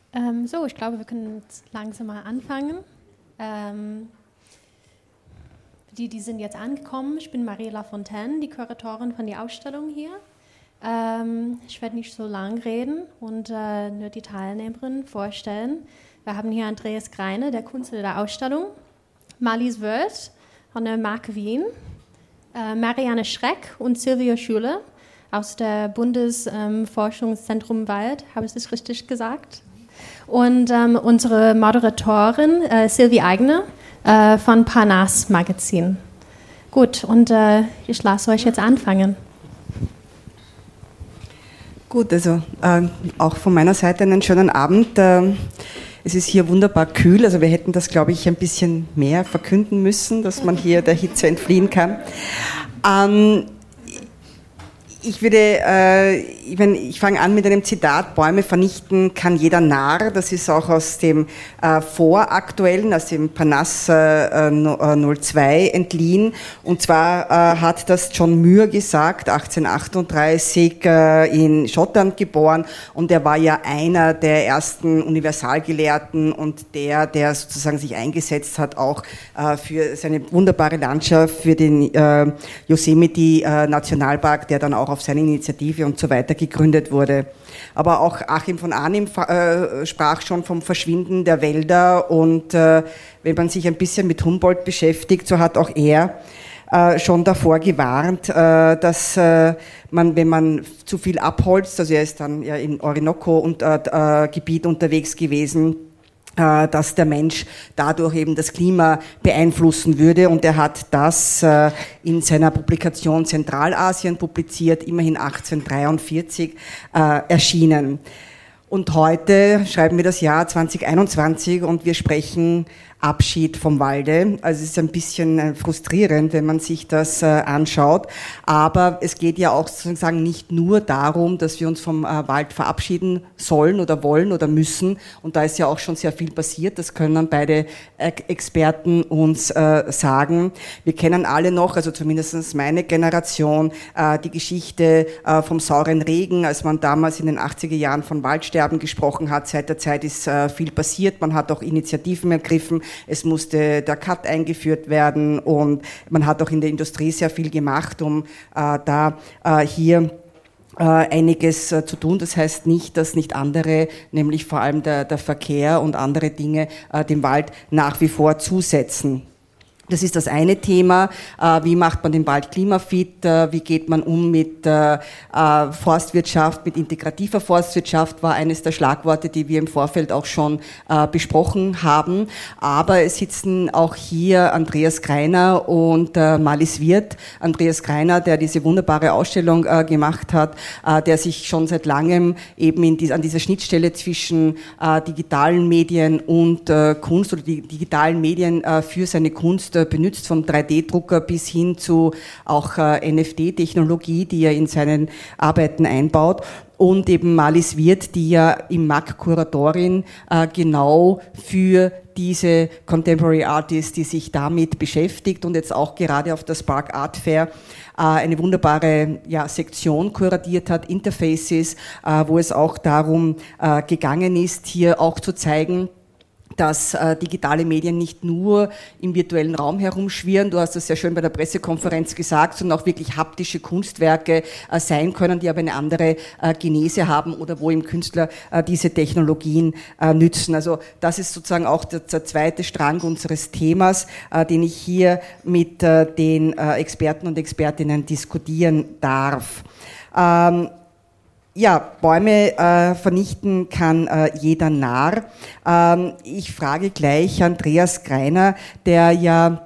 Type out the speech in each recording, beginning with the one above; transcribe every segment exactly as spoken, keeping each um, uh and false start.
Ähm, so, ich glaube, wir können jetzt langsam mal anfangen. Ähm, die, die sind jetzt angekommen. Ich bin Marie Lafontaine, die Kuratorin von der Ausstellung hier. Ähm, ich werde nicht so lang reden und äh, nur die Teilnehmerinnen vorstellen. Wir haben hier Andreas Greiner, der Künstler der Ausstellung, Marlies Wirth von der Marke Wien, äh, Marianne Schreck und Silvia Schüler aus der Bundesforschungszentrum ähm, Wald. Habe ich das richtig gesagt? Und ähm, unsere Moderatorin äh, Sylvie Eigner äh, von Parnasse Magazin. Gut, und äh, ich lasse euch jetzt anfangen. Gut, also äh, auch von meiner Seite einen schönen Abend. Äh, es ist hier wunderbar kühl, also wir hätten das, glaube ich, ein bisschen mehr verkünden müssen, dass man hier der Hitze entfliehen kann. Ähm, Ich würde, äh, ich, mein, ich fange an mit einem Zitat: Bäume vernichten kann jeder Narr. Das ist auch aus dem äh, voraktuellen, aus dem Parnasse äh, null zwei entliehen. Und zwar äh, hat das John Muir gesagt, achtzehnhundertachtunddreißig äh, in Schottland geboren. Und er war ja einer der ersten Universalgelehrten und der, der sozusagen sich eingesetzt hat, auch äh, für seine wunderbare Landschaft, für den äh, Yosemite äh, Nationalpark, der dann auch auf seine Initiative und so weiter gegründet wurde. Aber auch Achim von Arnim äh, sprach schon vom Verschwinden der Wälder, und äh, wenn man sich ein bisschen mit Humboldt beschäftigt, so hat auch er äh, schon davor gewarnt, äh, dass äh, man, wenn man zu viel abholzt, also er ist dann ja im Orinoco-Gebiet unterwegs gewesen, dass der Mensch dadurch eben das Klima beeinflussen würde, und er hat das in seiner Publikation Zentralasien publiziert, immerhin achtzehnhundertdreiundvierzig erschienen. Und heute schreiben wir das Jahr zweitausendeinundzwanzig und wir sprechen Abschied vom Walde. Also es ist ein bisschen frustrierend, wenn man sich das äh, anschaut. Aber es geht ja auch sozusagen nicht nur darum, dass wir uns vom äh, Wald verabschieden sollen oder wollen oder müssen. Und da ist ja auch schon sehr viel passiert. Das können beide äh, Experten uns äh, sagen. Wir kennen alle noch, also zumindest meine Generation, äh, die Geschichte äh, vom sauren Regen, als man damals in den achtziger Jahren von Waldsterben gesprochen hat. Seit der Zeit ist äh, viel passiert. Man hat auch Initiativen ergriffen. Es musste der Cut eingeführt werden, und man hat auch in der Industrie sehr viel gemacht, um äh, da äh, hier äh, einiges äh, zu tun. Das heißt nicht, dass nicht andere, nämlich vor allem der, der Verkehr und andere Dinge, äh, dem Wald nach wie vor zusetzen. Das ist das eine Thema. Wie macht man den Wald klimafit? Wie geht man um mit Forstwirtschaft, mit integrativer Forstwirtschaft, war eines der Schlagworte, die wir im Vorfeld auch schon besprochen haben. Aber es sitzen auch hier Andreas Greiner und Marlies Wirth. Andreas Greiner, der diese wunderbare Ausstellung gemacht hat, der sich schon seit langem eben in die, an dieser Schnittstelle zwischen digitalen Medien und Kunst oder die digitalen Medien für seine Kunst benutzt, vom drei D Drucker bis hin zu auch äh, N F T-Technologie, die er in seinen Arbeiten einbaut. Und eben Marlies Wirth, die ja im M A C Kuratorin äh, genau für diese Contemporary Artists, die sich damit beschäftigt und jetzt auch gerade auf der Spark Art Fair äh, eine wunderbare ja, Sektion kuratiert hat, Interfaces, äh, wo es auch darum äh, gegangen ist, hier auch zu zeigen, dass äh, digitale Medien nicht nur im virtuellen Raum herumschwirren, du hast das sehr schön bei der Pressekonferenz gesagt, sondern auch wirklich haptische Kunstwerke äh, sein können, die aber eine andere äh, Genese haben oder wo im Künstler äh, diese Technologien äh, nützen. Also das ist sozusagen auch der, der zweite Strang unseres Themas, äh, den ich hier mit äh, den äh, Experten und Expertinnen diskutieren darf. Ähm, Ja, Bäume äh, vernichten kann äh, jeder Narr. Ähm, ich frage gleich Andreas Greiner, der ja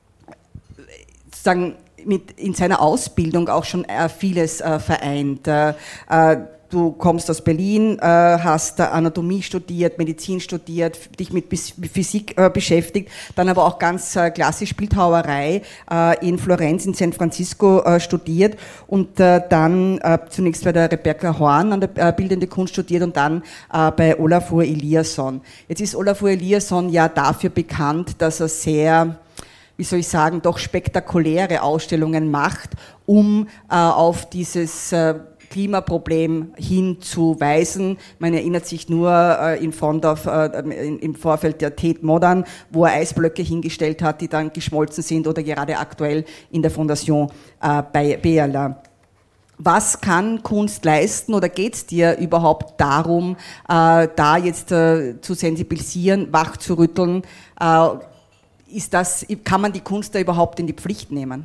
sozusagen mit in seiner Ausbildung auch schon äh, vieles äh, vereint. Äh, äh, Du kommst aus Berlin, äh, hast Anatomie studiert, Medizin studiert, dich mit Physik äh, beschäftigt, dann aber auch ganz äh, klassisch Bildhauerei äh, in Florenz, in San Francisco äh, studiert und äh, dann äh, zunächst bei der Rebecca Horn an der äh, Bildende Kunst studiert und dann äh, bei Olafur Eliasson. Jetzt ist Olafur Eliasson ja dafür bekannt, dass er sehr, wie soll ich sagen, doch spektakuläre Ausstellungen macht, um äh, auf dieses äh, Klimaproblem hinzuweisen. Man erinnert sich nur äh, in Fondorf äh, in, im Vorfeld der Tate Modern, wo er Eisblöcke hingestellt hat, die dann geschmolzen sind, oder gerade aktuell in der Fondation äh, bei Beala. Was kann Kunst leisten, oder geht es dir überhaupt darum, äh, da jetzt äh, zu sensibilisieren, wach zu rütteln? Äh, ist das, kann man die Kunst da überhaupt in die Pflicht nehmen?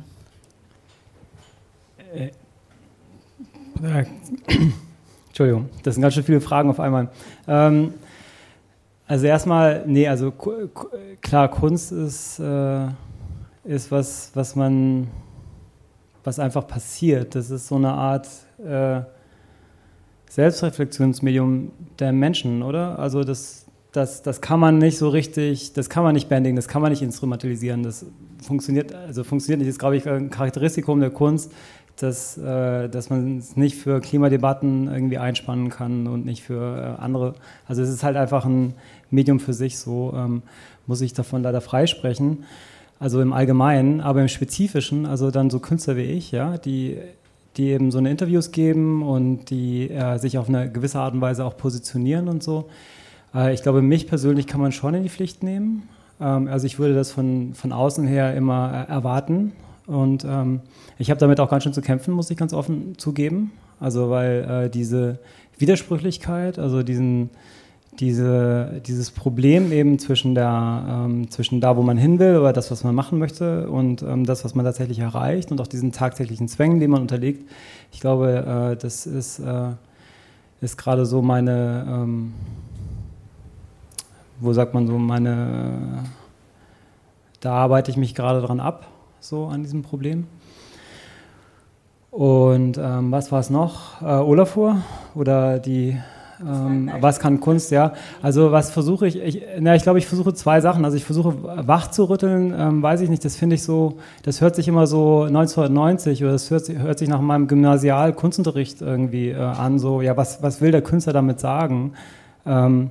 Äh, äh, Entschuldigung, das sind ganz schön viele Fragen auf einmal. Ähm, also erstmal, nee, also klar, Kunst ist, äh, ist was, was man... was einfach passiert. Das ist so eine Art äh, Selbstreflexionsmedium der Menschen, oder? Also das, das, das kann man nicht so richtig, das kann man nicht bändigen, das kann man nicht instrumentalisieren. Das funktioniert, also funktioniert nicht. Das ist, glaube ich, ein Charakteristikum der Kunst, dass, äh, dass man es nicht für Klimadebatten irgendwie einspannen kann und nicht für äh, andere. Also es ist halt einfach ein Medium für sich, so ähm, muss ich davon leider freisprechen. Also im Allgemeinen, aber im Spezifischen, also dann so Künstler wie ich, ja, die, die eben so eine Interviews geben und die äh, sich auf eine gewisse Art und Weise auch positionieren und so. Äh, ich glaube, mich persönlich kann man schon in die Pflicht nehmen. Ähm, also ich würde das von, von außen her immer äh, erwarten. Und ähm, ich habe damit auch ganz schön zu kämpfen, muss ich ganz offen zugeben. Also weil äh, diese Widersprüchlichkeit, also diesen Diese, dieses Problem eben zwischen, der, ähm, zwischen da, wo man hin will, oder das, was man machen möchte, und ähm, das, was man tatsächlich erreicht, und auch diesen tagtäglichen Zwängen, die man unterliegt. Ich glaube, äh, das ist, äh, ist gerade so meine, ähm, wo sagt man so, meine, äh, da arbeite ich mich gerade dran ab, so an diesem Problem. Und ähm, was war es noch? Äh, Olafur oder die... Ähm, was kann Kunst, ja. Also was versuche ich, ich, na, ich glaube, ich versuche zwei Sachen. Also ich versuche wach zu rütteln, ähm, weiß ich nicht, das finde ich so, das hört sich immer so neunzehnhundertneunzig oder das hört, hört sich nach meinem Gymnasial-Kunstunterricht irgendwie äh, an, so, ja, was, was will der Künstler damit sagen? Ähm,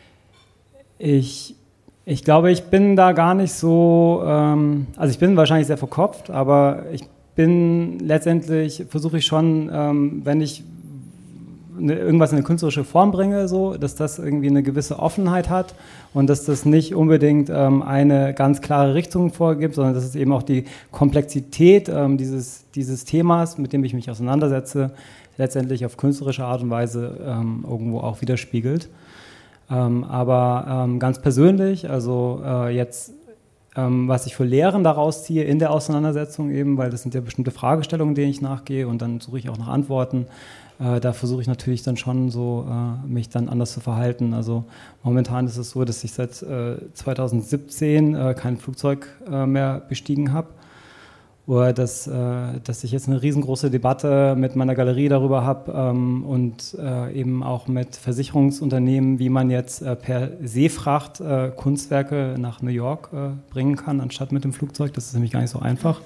ich, ich glaube, ich bin da gar nicht so, ähm, also ich bin wahrscheinlich sehr verkopft, aber ich bin letztendlich, versuche ich schon, ähm, wenn ich irgendwas in eine künstlerische Form bringe, so, dass das irgendwie eine gewisse Offenheit hat und dass das nicht unbedingt ähm, eine ganz klare Richtung vorgibt, sondern dass es eben auch die Komplexität ähm, dieses, dieses Themas, mit dem ich mich auseinandersetze, letztendlich auf künstlerische Art und Weise ähm, irgendwo auch widerspiegelt. Ähm, aber ähm, ganz persönlich, also äh, jetzt, ähm, was ich für Lehren daraus ziehe in der Auseinandersetzung eben, weil das sind ja bestimmte Fragestellungen, denen ich nachgehe, und dann suche ich auch nach Antworten. Äh, da versuche ich natürlich dann schon so, äh, mich dann anders zu verhalten. Also momentan ist es so, dass ich seit äh, zweitausendsiebzehn äh, kein Flugzeug äh, mehr bestiegen habe. Oder dass, äh, dass ich jetzt eine riesengroße Debatte mit meiner Galerie darüber habe ähm, und äh, eben auch mit Versicherungsunternehmen, wie man jetzt äh, per Seefracht äh, Kunstwerke nach New York äh, bringen kann, anstatt mit dem Flugzeug. Das ist nämlich gar nicht so einfach.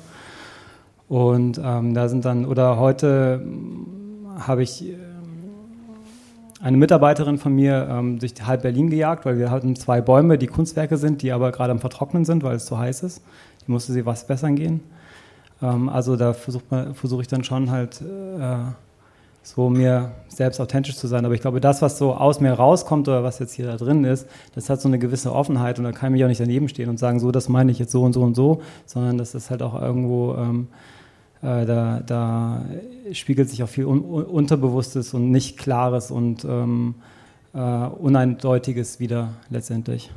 Und ähm, da sind dann, oder heute habe ich eine Mitarbeiterin von mir ähm, durch halb Berlin gejagt, weil wir hatten zwei Bäume, die Kunstwerke sind, die aber gerade am Vertrocknen sind, weil es zu heiß ist. Die musste sie was bessern gehen. Ähm, also da versuche versuch ich dann schon halt äh, so mir selbst authentisch zu sein. Aber ich glaube, das, was so aus mir rauskommt oder was jetzt hier da drin ist, das hat so eine gewisse Offenheit, und da kann ich mich auch nicht daneben stehen und sagen, so, das meine ich jetzt so und so und so, sondern das ist halt auch irgendwo... Ähm, Äh, da, da spiegelt sich auch viel Un- Unterbewusstes und nicht Klares und ähm, äh, Uneindeutiges wieder letztendlich.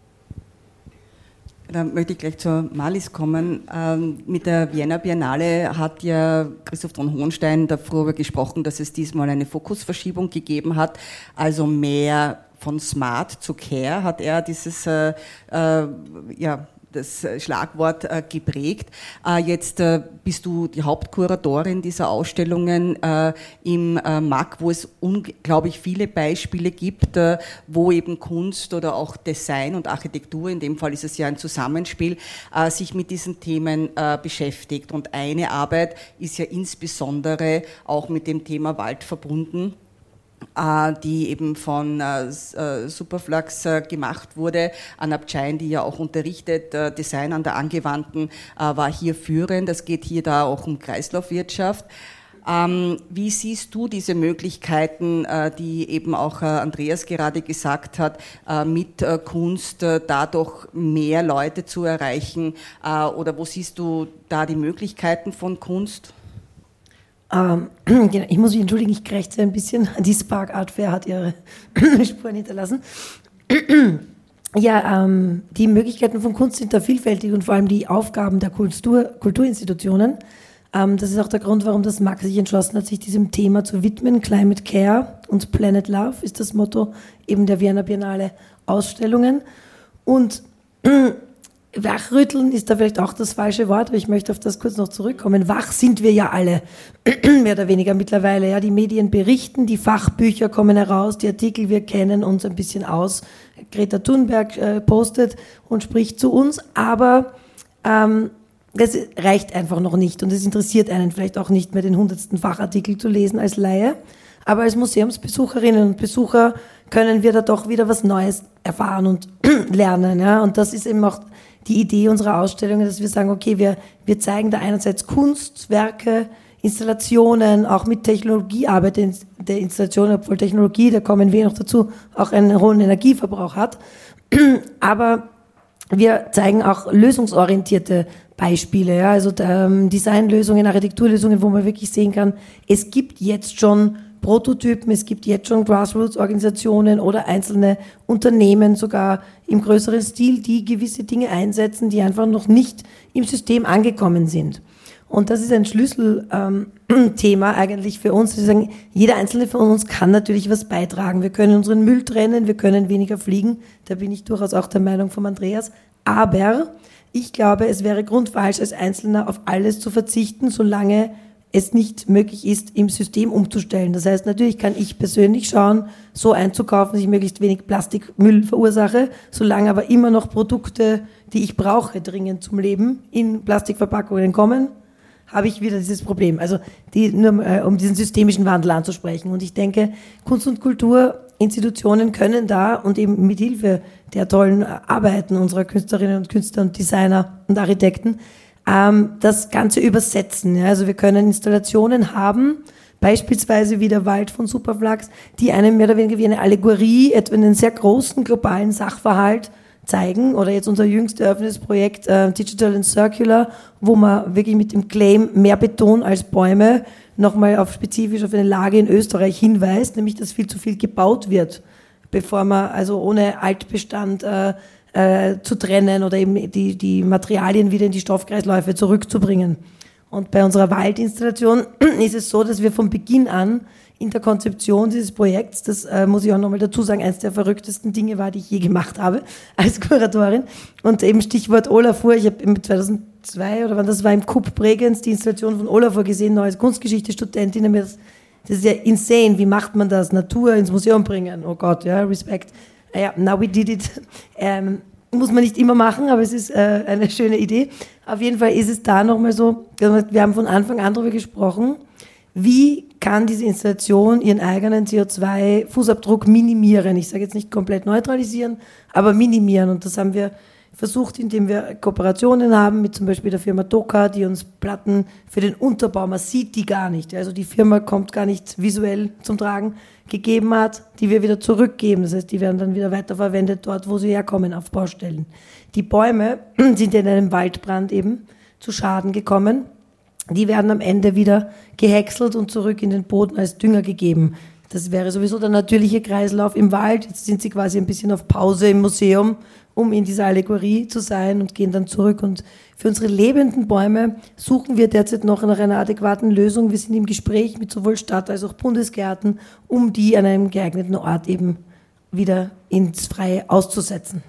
Da möchte ich gleich zur Marlies kommen. Ähm, mit der Vienna Biennale hat ja Christoph von Hohenstein darüber gesprochen, dass es diesmal eine Fokusverschiebung gegeben hat, also mehr von Smart zu Care hat er dieses äh, äh, ja, das Schlagwort äh, geprägt. Äh, jetzt äh, bist du die Hauptkuratorin dieser Ausstellungen äh, im äh, M A C, wo es unglaublich viele Beispiele gibt, äh, wo eben Kunst oder auch Design und Architektur, in dem Fall ist es ja ein Zusammenspiel, äh, sich mit diesen Themen äh, beschäftigt. Und eine Arbeit ist ja insbesondere auch mit dem Thema Wald verbunden, die eben von äh, Superflux äh, gemacht wurde. Anab Jain, die ja auch unterrichtet, äh, Design an der Angewandten, äh, war hier führend. Es geht hier da auch um Kreislaufwirtschaft. Ähm, wie siehst du diese Möglichkeiten, äh, die eben auch äh, Andreas gerade gesagt hat, äh, mit äh, Kunst äh, dadurch mehr Leute zu erreichen? Äh, oder wo siehst du da die Möglichkeiten von Kunst? Ähm, genau, ich muss mich entschuldigen, ich krächze ein bisschen. Die Spark Art Fair hat ihre Spuren hinterlassen. Ja, ähm, die Möglichkeiten von Kunst sind da vielfältig und vor allem die Aufgaben der Kultur, Kulturinstitutionen. Ähm, das ist auch der Grund, warum das M A K sich entschlossen hat, sich diesem Thema zu widmen. Climate Care und Planet Love ist das Motto eben der Vienna Biennale Ausstellungen. Und äh, wachrütteln ist da vielleicht auch das falsche Wort, aber ich möchte auf das kurz noch zurückkommen. Wach sind wir ja alle, mehr oder weniger mittlerweile. Ja, die Medien berichten, die Fachbücher kommen heraus, die Artikel, wir kennen uns ein bisschen aus. Greta Thunberg äh, postet und spricht zu uns, aber ähm, das reicht einfach noch nicht und es interessiert einen vielleicht auch nicht mehr, den hundertsten Fachartikel zu lesen als Laie. Aber als Museumsbesucherinnen und Besucher können wir da doch wieder was Neues erfahren und lernen. Ja? Und das ist eben auch die Idee unserer Ausstellungen, dass wir sagen, okay, wir, wir zeigen da einerseits Kunstwerke, Installationen, auch mit Technologiearbeit der Installation, obwohl Technologie, da kommen wir noch dazu, auch einen hohen Energieverbrauch hat. Aber wir zeigen auch lösungsorientierte Beispiele, ja, also ähm, Designlösungen, Architekturlösungen, wo man wirklich sehen kann, es gibt jetzt schon Prototypen, es gibt jetzt schon Grassroots-Organisationen oder einzelne Unternehmen sogar im größeren Stil, die gewisse Dinge einsetzen, die einfach noch nicht im System angekommen sind. Und das ist ein Schlüsselthema ähm, eigentlich für uns. Wir sagen, jeder einzelne von uns kann natürlich was beitragen. Wir können unseren Müll trennen, wir können weniger fliegen. Da bin ich durchaus auch der Meinung von Andreas. Aber ich glaube, es wäre grundfalsch, als Einzelner auf alles zu verzichten, solange es nicht möglich ist, im System umzustellen. Das heißt, natürlich kann ich persönlich schauen, so einzukaufen, dass ich möglichst wenig Plastikmüll verursache, solange aber immer noch Produkte, die ich brauche, dringend zum Leben, in Plastikverpackungen kommen, habe ich wieder dieses Problem. Also die, nur äh, um diesen systemischen Wandel anzusprechen. Und ich denke, Kunst- und Kulturinstitutionen können da und eben mit Hilfe der tollen Arbeiten unserer Künstlerinnen und Künstler und Designer und Architekten ähm, das Ganze übersetzen. Ja? Also wir können Installationen haben, beispielsweise wie der Wald von Superflux, die einem mehr oder weniger wie eine Allegorie, etwa einen sehr großen globalen Sachverhalt zeigen, oder jetzt unser jüngst eröffnetes Projekt äh, Digital and Circular, wo man wirklich mit dem Claim mehr Beton als Bäume nochmal auf spezifisch auf eine Lage in Österreich hinweist, nämlich dass viel zu viel gebaut wird, bevor man also ohne Altbestand äh, äh, zu trennen oder eben die, die Materialien wieder in die Stoffkreisläufe zurückzubringen. Und bei unserer Waldinstallation ist es so, dass wir von Beginn an in der Konzeption dieses Projekts, das äh, muss ich auch nochmal dazu sagen, eines der verrücktesten Dinge war, die ich je gemacht habe als Kuratorin. Und eben Stichwort Olafur, ich habe zweitausendzwei oder wann das war, im K U P Bregenz die Installation von Olafur gesehen, noch als Kunstgeschichte-Studentin. Das, das ist ja insane, wie macht man das? Natur ins Museum bringen, oh Gott, ja, Respekt. Ja, now we did it. Ähm, muss man nicht immer machen, aber es ist äh, eine schöne Idee. Auf jeden Fall ist es da nochmal so, wir haben von Anfang an darüber gesprochen, wie kann diese Installation ihren eigenen C O zwei Fußabdruck minimieren? Ich sage jetzt nicht komplett neutralisieren, aber minimieren. Und das haben wir versucht, indem wir Kooperationen haben mit zum Beispiel der Firma Doka, die uns Platten für den Unterbau, man sieht die gar nicht. Also die Firma kommt gar nicht visuell zum Tragen, gegeben hat, die wir wieder zurückgeben. Das heißt, die werden dann wieder weiterverwendet dort, wo sie herkommen, auf Baustellen. Die Bäume sind in einem Waldbrand eben zu Schaden gekommen. Die werden am Ende wieder gehäckselt und zurück in den Boden als Dünger gegeben. Das wäre sowieso der natürliche Kreislauf im Wald. Jetzt sind sie quasi ein bisschen auf Pause im Museum, um in dieser Allegorie zu sein, und gehen dann zurück. Und für unsere lebenden Bäume suchen wir derzeit noch nach einer adäquaten Lösung. Wir sind im Gespräch mit sowohl Stadt- als auch Bundesgärten, um die an einem geeigneten Ort eben wieder ins Freie auszusetzen.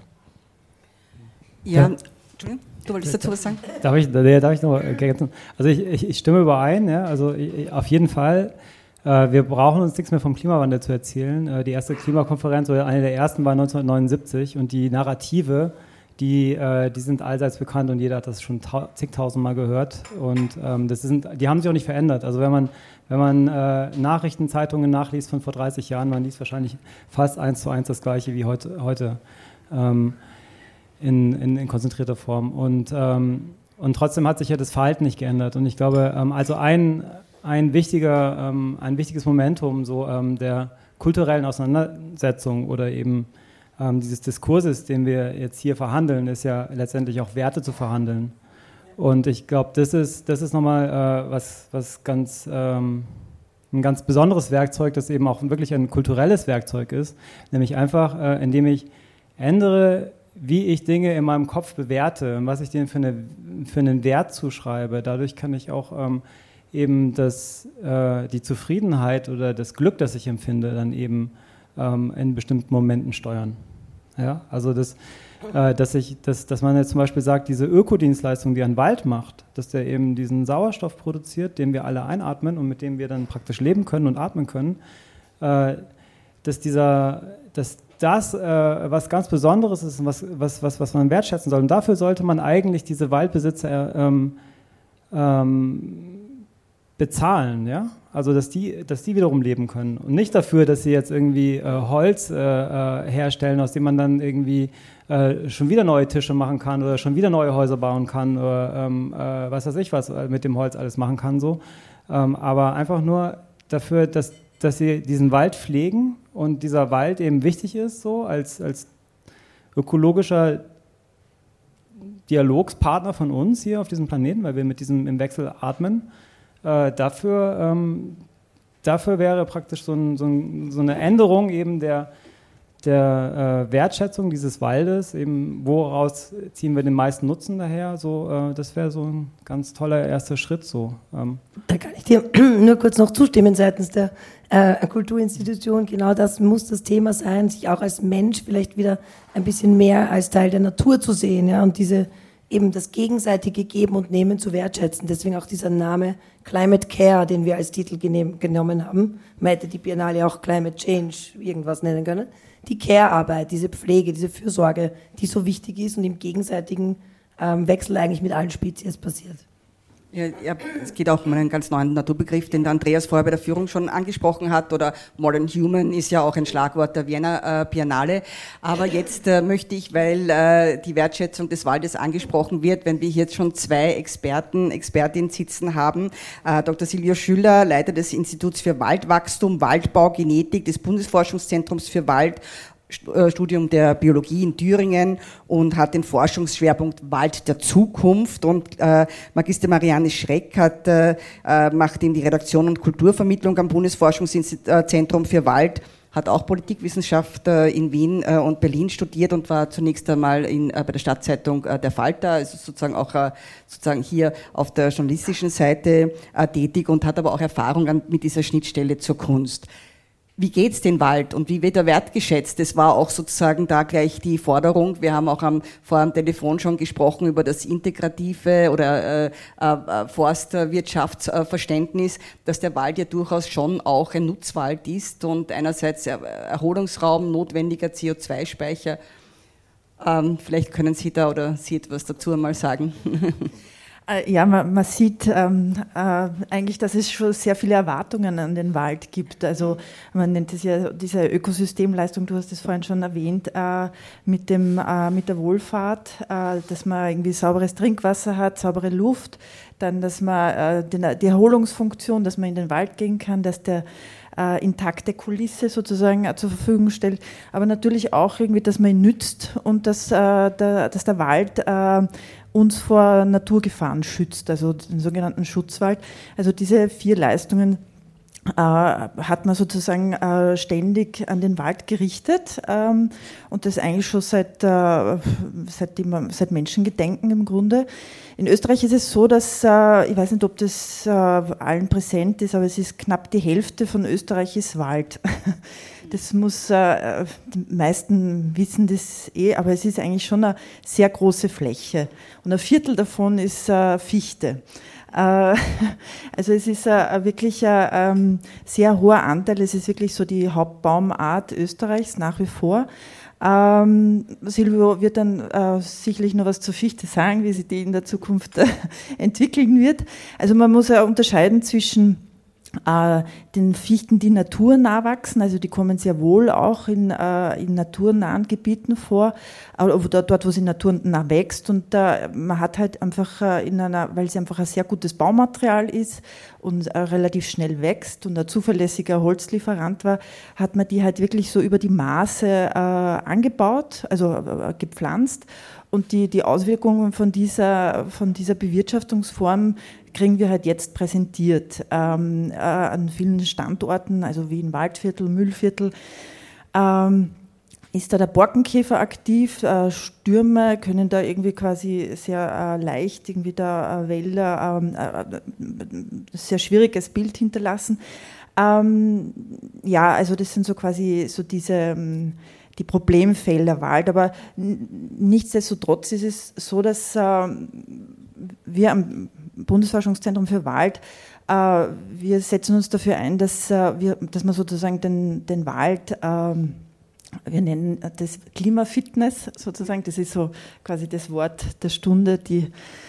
Ja, Entschuldigung. Du wolltest dazu was sagen? Darf ich, darf ich noch ergänzen? Also ich, ich, ich stimme überein, ja, also ich, auf jeden Fall. Äh, wir brauchen uns nichts mehr vom Klimawandel zu erzählen. Äh, die erste Klimakonferenz, oder eine der ersten, war neunzehnhundertneunundsiebzig, und die Narrative, die, äh, die sind allseits bekannt und jeder hat das schon zigtausendmal gehört, und ähm, das sind, die haben sich auch nicht verändert. Also wenn man, wenn man äh, Nachrichten, Zeitungen nachliest von vor dreißig Jahren, man liest wahrscheinlich fast eins zu eins das Gleiche wie heute. heute. Ähm, In, in, in konzentrierter Form. Und, ähm, und trotzdem hat sich ja das Verhalten nicht geändert. Und ich glaube, ähm, also ein, ein, wichtiger, ähm, ein wichtiges Momentum so, ähm, der kulturellen Auseinandersetzung oder eben ähm, dieses Diskurses, den wir jetzt hier verhandeln, ist ja letztendlich auch Werte zu verhandeln. Und ich glaube, das ist, das ist nochmal äh, was, was ganz, ähm, ein ganz besonderes Werkzeug, das eben auch wirklich ein kulturelles Werkzeug ist, nämlich einfach, äh, indem ich ändere, wie ich Dinge in meinem Kopf bewerte und was ich denen für, eine, für einen Wert zuschreibe. Dadurch kann ich auch ähm, eben das, äh, die Zufriedenheit oder das Glück, das ich empfinde, dann eben ähm, in bestimmten Momenten steuern. Ja? Also das, äh, dass, ich, dass, dass man jetzt zum Beispiel sagt, diese Ökodienstleistung, die ein Wald macht, dass der eben diesen Sauerstoff produziert, den wir alle einatmen und mit dem wir dann praktisch leben können und atmen können, äh, dass dieser, dass das äh, was ganz Besonderes ist und was, was, was, was man wertschätzen soll. Und dafür sollte man eigentlich diese Waldbesitzer ähm, ähm, bezahlen, ja? Also dass die, dass die wiederum leben können und nicht dafür, dass sie jetzt irgendwie äh, Holz äh, äh, herstellen, aus dem man dann irgendwie äh, schon wieder neue Tische machen kann oder schon wieder neue Häuser bauen kann oder ähm, äh, was weiß ich was mit dem Holz alles machen kann so. Ähm, aber einfach nur dafür, dass, dass sie diesen Wald pflegen und dieser Wald eben wichtig ist so als, als ökologischer Dialogspartner von uns hier auf diesem Planeten, weil wir mit diesem im Wechsel atmen. Äh, dafür, ähm, dafür wäre praktisch so, ein, so, ein, so eine Änderung eben der, der äh, Wertschätzung dieses Waldes, eben woraus ziehen wir den meisten Nutzen daher, so, äh, das wäre so ein ganz toller erster Schritt. So. Ähm. Da kann ich dir nur kurz noch zustimmen seitens der äh, Kulturinstitution. Genau das muss das Thema sein, sich auch als Mensch vielleicht wieder ein bisschen mehr als Teil der Natur zu sehen, ja, und diese eben das gegenseitige Geben und Nehmen zu wertschätzen. Deswegen auch dieser Name Climate Care, den wir als Titel genehm, genommen haben. Man hätte die Biennale auch Climate Change irgendwas nennen können. Die Care-Arbeit, diese Pflege, diese Fürsorge, die so wichtig ist und im gegenseitigen ähm, Wechsel eigentlich mit allen Spezies passiert. Ja, ja, es geht auch um einen ganz neuen Naturbegriff, den der Andreas vorher bei der Führung schon angesprochen hat, oder Modern Human ist ja auch ein Schlagwort der Vienna äh, Biennale. Aber jetzt äh, möchte ich, weil äh, die Wertschätzung des Waldes angesprochen wird, wenn wir hier jetzt schon zwei Experten, Expertinnen sitzen haben, äh, Doktor Silvio Schüller, Leiter des Instituts für Waldwachstum, Waldbau, Genetik des Bundesforschungszentrums für Wald, Studium der Biologie in Thüringen und hat den Forschungsschwerpunkt Wald der Zukunft, und äh, Magister Marianne Schreck hat, äh, macht eben die Redaktion und Kulturvermittlung am Bundesforschungszentrum für Wald, hat auch Politikwissenschaft äh, in Wien äh, und Berlin studiert und war zunächst einmal in, äh, bei der Stadtzeitung äh, Der Falter, also sozusagen auch äh, sozusagen hier auf der journalistischen Seite äh, tätig und hat aber auch Erfahrung an, mit dieser Schnittstelle zur Kunst. Wie geht's den Wald und wie wird er wertgeschätzt? Das war auch sozusagen da gleich die Forderung. Wir haben auch am, vor am Telefon schon gesprochen über das integrative oder äh, äh, Forstwirtschaftsverständnis, dass der Wald ja durchaus schon auch ein Nutzwald ist und einerseits Erholungsraum, notwendiger C O zwei Speicher. Ähm, vielleicht können Sie da oder Sie etwas dazu einmal sagen. Ja, man, man sieht ähm, äh, eigentlich, dass es schon sehr viele Erwartungen an den Wald gibt. Also man nennt es ja diese Ökosystemleistung, du hast es vorhin schon erwähnt, äh, mit, dem, äh, mit der Wohlfahrt, äh, dass man irgendwie sauberes Trinkwasser hat, saubere Luft, dann, dass man äh, den, die Erholungsfunktion, dass man in den Wald gehen kann, dass der äh, intakte Kulisse sozusagen äh, zur Verfügung stellt, aber natürlich auch irgendwie, dass man ihn nützt und dass, äh, der, dass der Wald äh, uns vor Naturgefahren schützt, also den sogenannten Schutzwald. Also diese vier Leistungen äh, hat man sozusagen äh, ständig an den Wald gerichtet ähm, und das eigentlich schon seit, äh, seitdem, seit Menschengedenken im Grunde. In Österreich ist es so, dass, äh, ich weiß nicht, ob das äh, allen präsent ist, aber es ist knapp die Hälfte von Österreich ist Wald. Das muss, äh, die meisten wissen das eh, aber es ist eigentlich schon eine sehr große Fläche. Und ein Viertel davon ist äh, Fichte. Äh, also es ist äh, wirklich ein ähm, sehr hoher Anteil, es ist wirklich so die Hauptbaumart Österreichs nach wie vor. Ähm, Silvio wird dann äh, sicherlich noch was zur Fichte sagen, wie sich die in der Zukunft äh, entwickeln wird. Also man muss ja unterscheiden zwischen äh, den Fichten, die naturnah wachsen, also die kommen sehr wohl auch in, äh, in naturnahen Gebieten vor, aber dort, dort wo sie naturnah wächst und äh, man hat halt einfach äh, in einer, weil sie einfach ein sehr gutes Baumaterial ist und äh, relativ schnell wächst und ein zuverlässiger Holzlieferant war, hat man die halt wirklich so über die Maße äh, angebaut, also äh, gepflanzt. Und die, die Auswirkungen von dieser, von dieser Bewirtschaftungsform kriegen wir halt jetzt präsentiert ähm, äh, an vielen Standorten, also wie in Waldviertel, Müllviertel. Ähm, ist da der Borkenkäfer aktiv? Äh, Stürme können da irgendwie quasi sehr äh, leicht irgendwie da äh, Wälder, ähm, äh, sehr schwieriges Bild hinterlassen. Ähm, ja, also das sind so quasi so diese ähm, die Problemfelder Wald, aber nichtsdestotrotz ist es so, dass äh, wir am Bundesforschungszentrum für Wald, äh, wir setzen uns dafür ein, dass, äh, wir, dass man sozusagen den, den Wald, äh, wir nennen das Klimafitness sozusagen, das ist so quasi das Wort der Stunde, die,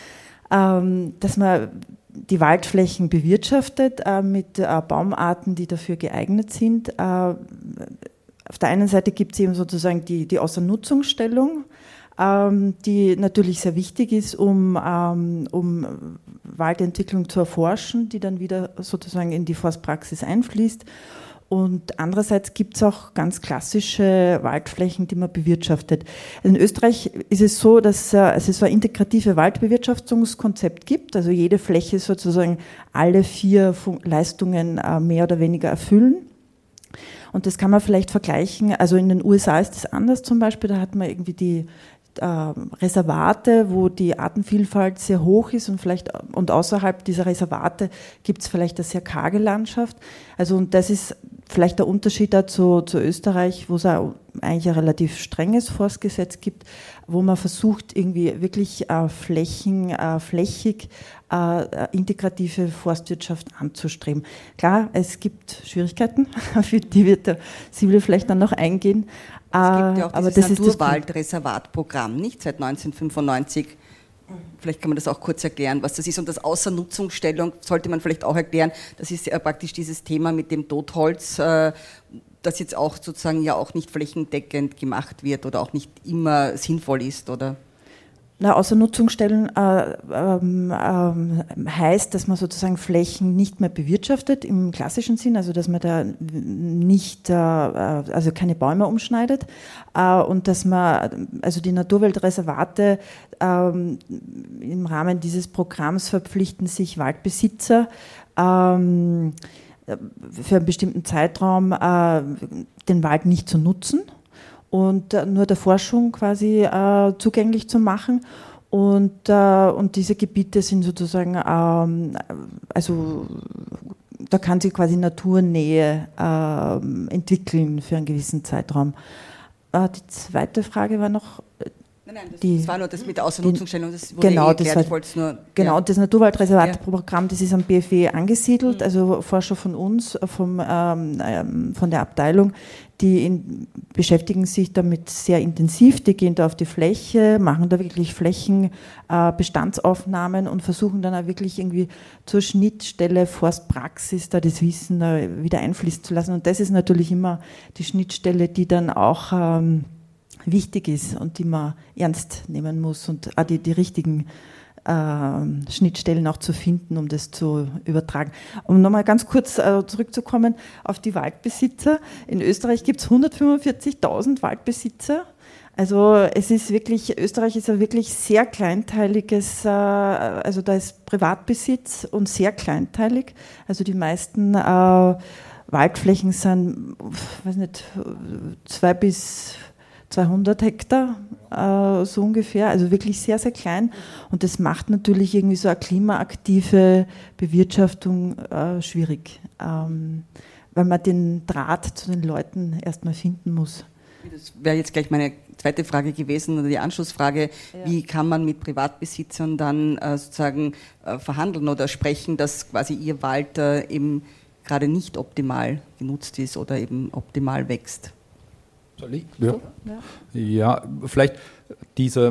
äh, dass man die Waldflächen bewirtschaftet äh, mit äh, Baumarten, die dafür geeignet sind. Äh, Auf der einen Seite gibt es eben sozusagen die, die Außernutzungsstellung, ähm, die natürlich sehr wichtig ist, um, ähm, um Waldentwicklung zu erforschen, die dann wieder sozusagen in die Forstpraxis einfließt. Und andererseits gibt es auch ganz klassische Waldflächen, die man bewirtschaftet. In Österreich ist es so, dass äh, es so ein integrative Waldbewirtschaftungskonzept gibt, also jede Fläche sozusagen alle vier Fun- Leistungen äh, mehr oder weniger erfüllen. Und das kann man vielleicht vergleichen, also in den U S A ist das anders zum Beispiel, da hat man irgendwie die äh, Reservate, wo die Artenvielfalt sehr hoch ist und vielleicht und außerhalb dieser Reservate gibt es vielleicht eine sehr karge Landschaft. Also und das ist vielleicht der Unterschied dazu zu Österreich, wo es auch eigentlich ein relativ strenges Forstgesetz gibt, wo man versucht, irgendwie wirklich äh, Flächen, äh, flächig äh, integrative Forstwirtschaft anzustreben. Klar, es gibt Schwierigkeiten, für die wird der Sibylle vielleicht dann noch eingehen. Es gibt ja auch aber dieses das Naturwaldreservatprogramm, nicht seit neunzehnhundertfünfundneunzig. Vielleicht kann man das auch kurz erklären, was das ist. Und das Außernutzungsstellung sollte man vielleicht auch erklären. Das ist ja praktisch dieses Thema mit dem Totholz, äh, das jetzt auch sozusagen ja auch nicht flächendeckend gemacht wird oder auch nicht immer sinnvoll ist, oder? Na, Außernutzungsstellen äh, ähm, ähm, heißt, dass man sozusagen Flächen nicht mehr bewirtschaftet im klassischen Sinn, also dass man da nicht, äh, also keine Bäume umschneidet äh, und dass man, also die Naturwaldreservate ähm, im Rahmen dieses Programms verpflichten sich Waldbesitzer ähm, für einen bestimmten Zeitraum äh, den Wald nicht zu nutzen und äh, nur der Forschung quasi äh, zugänglich zu machen. Und, äh, und diese Gebiete sind sozusagen, ähm, also da kann sich quasi Naturnähe äh, entwickeln für einen gewissen Zeitraum. Äh, die zweite Frage war noch... Nein, nein, das, die, das war nur das mit der Außernutzungsstellung, das wurde genau, eh erklärt, das ich wollte es nur... Genau, ja. das Naturwaldreservatprogramm, das ist am B F W angesiedelt, also Forscher von uns, vom, ähm, von der Abteilung, die in, beschäftigen sich damit sehr intensiv, die gehen da auf die Fläche, machen da wirklich Flächenbestandsaufnahmen äh, und versuchen dann auch wirklich irgendwie zur Schnittstelle Forstpraxis da das Wissen äh, wieder einfließen zu lassen. Und das ist natürlich immer die Schnittstelle, die dann auch... Ähm, wichtig ist und die man ernst nehmen muss und auch die, die richtigen äh, Schnittstellen auch zu finden, um das zu übertragen. Um nochmal ganz kurz äh, zurückzukommen auf die Waldbesitzer. In Österreich gibt es hundertfünfundvierzigtausend Waldbesitzer. Also es ist wirklich, Österreich ist ein wirklich sehr kleinteiliges, äh, also da ist Privatbesitz und sehr kleinteilig. Also die meisten äh, Waldflächen sind, weiß nicht, zwei bis zweihundert Hektar, äh, so ungefähr, also wirklich sehr, sehr klein. Und das macht natürlich irgendwie so eine klimaaktive Bewirtschaftung äh, schwierig, ähm, weil man den Draht zu den Leuten erstmal finden muss. Das wäre jetzt gleich meine zweite Frage gewesen, oder die Anschlussfrage, ja. Wie kann man mit Privatbesitzern dann äh, sozusagen äh, verhandeln oder sprechen, dass quasi ihr Wald äh, eben gerade nicht optimal genutzt ist oder eben optimal wächst? Soll ich? Ja. Ja. Ja, vielleicht diese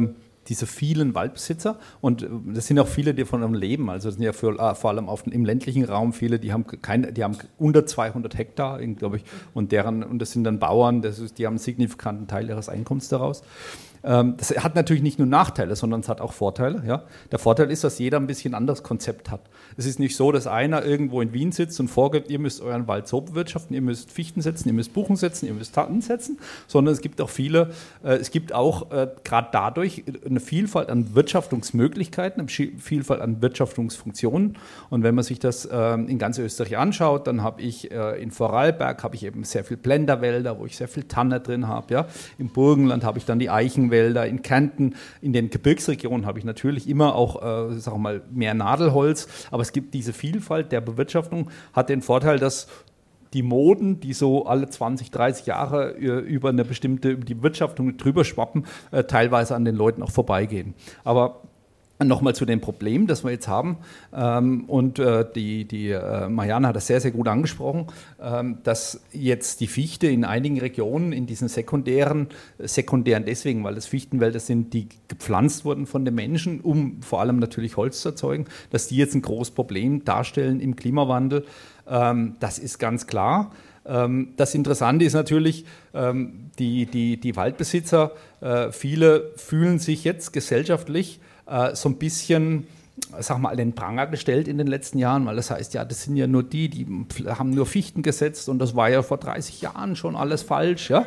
diese vielen Waldbesitzer und das sind auch viele, die von einem leben, also das sind ja für, äh, vor allem auf, im ländlichen Raum viele, die haben, keine, die haben unter zweihundert Hektar, glaube ich, und, deren, und das sind dann Bauern, das ist, die haben einen signifikanten Teil ihres Einkommens daraus. Ähm, das hat natürlich nicht nur Nachteile, sondern es hat auch Vorteile. Ja? Der Vorteil ist, dass jeder ein bisschen anderes Konzept hat. Es ist nicht so, dass einer irgendwo in Wien sitzt und vorgibt, ihr müsst euren Wald so bewirtschaften, ihr müsst Fichten setzen, ihr müsst Buchen setzen, ihr müsst Tannen setzen, sondern es gibt auch viele, äh, es gibt auch äh, gerade dadurch eine Vielfalt an Wirtschaftungsmöglichkeiten, eine Vielfalt an Wirtschaftungsfunktionen. Und wenn man sich das äh, in ganz Österreich anschaut, dann habe ich äh, in Vorarlberg habe ich eben sehr viel Blenderwälder, wo ich sehr viel Tanne drin habe. Ja? Im Burgenland habe ich dann die Eichenwälder. In Kärnten, in den Gebirgsregionen habe ich natürlich immer auch, äh, sag mal, mehr Nadelholz, aber es gibt diese Vielfalt der Bewirtschaftung, hat den Vorteil, dass die Moden, die so alle zwanzig, dreißig Jahre äh, über eine bestimmte, über die Bewirtschaftung drüber schwappen, äh, teilweise an den Leuten auch vorbeigehen. Aber nochmal zu dem Problem, das wir jetzt haben, ähm, und äh, die, die äh, Marianne hat das sehr, sehr gut angesprochen, ähm, dass jetzt die Fichte in einigen Regionen, in diesen sekundären, sekundären deswegen, weil das Fichtenwälder sind, die gepflanzt wurden von den Menschen, um vor allem natürlich Holz zu erzeugen, dass die jetzt ein großes Problem darstellen im Klimawandel. Ähm, das ist ganz klar. Ähm, das Interessante ist natürlich, ähm, die, die, die Waldbesitzer, äh, viele fühlen sich jetzt gesellschaftlich so ein bisschen, sag mal, an den Pranger gestellt in den letzten Jahren, weil das heißt, ja, das sind ja nur die, die haben nur Fichten gesetzt und das war ja vor dreißig Jahren schon alles falsch, ja.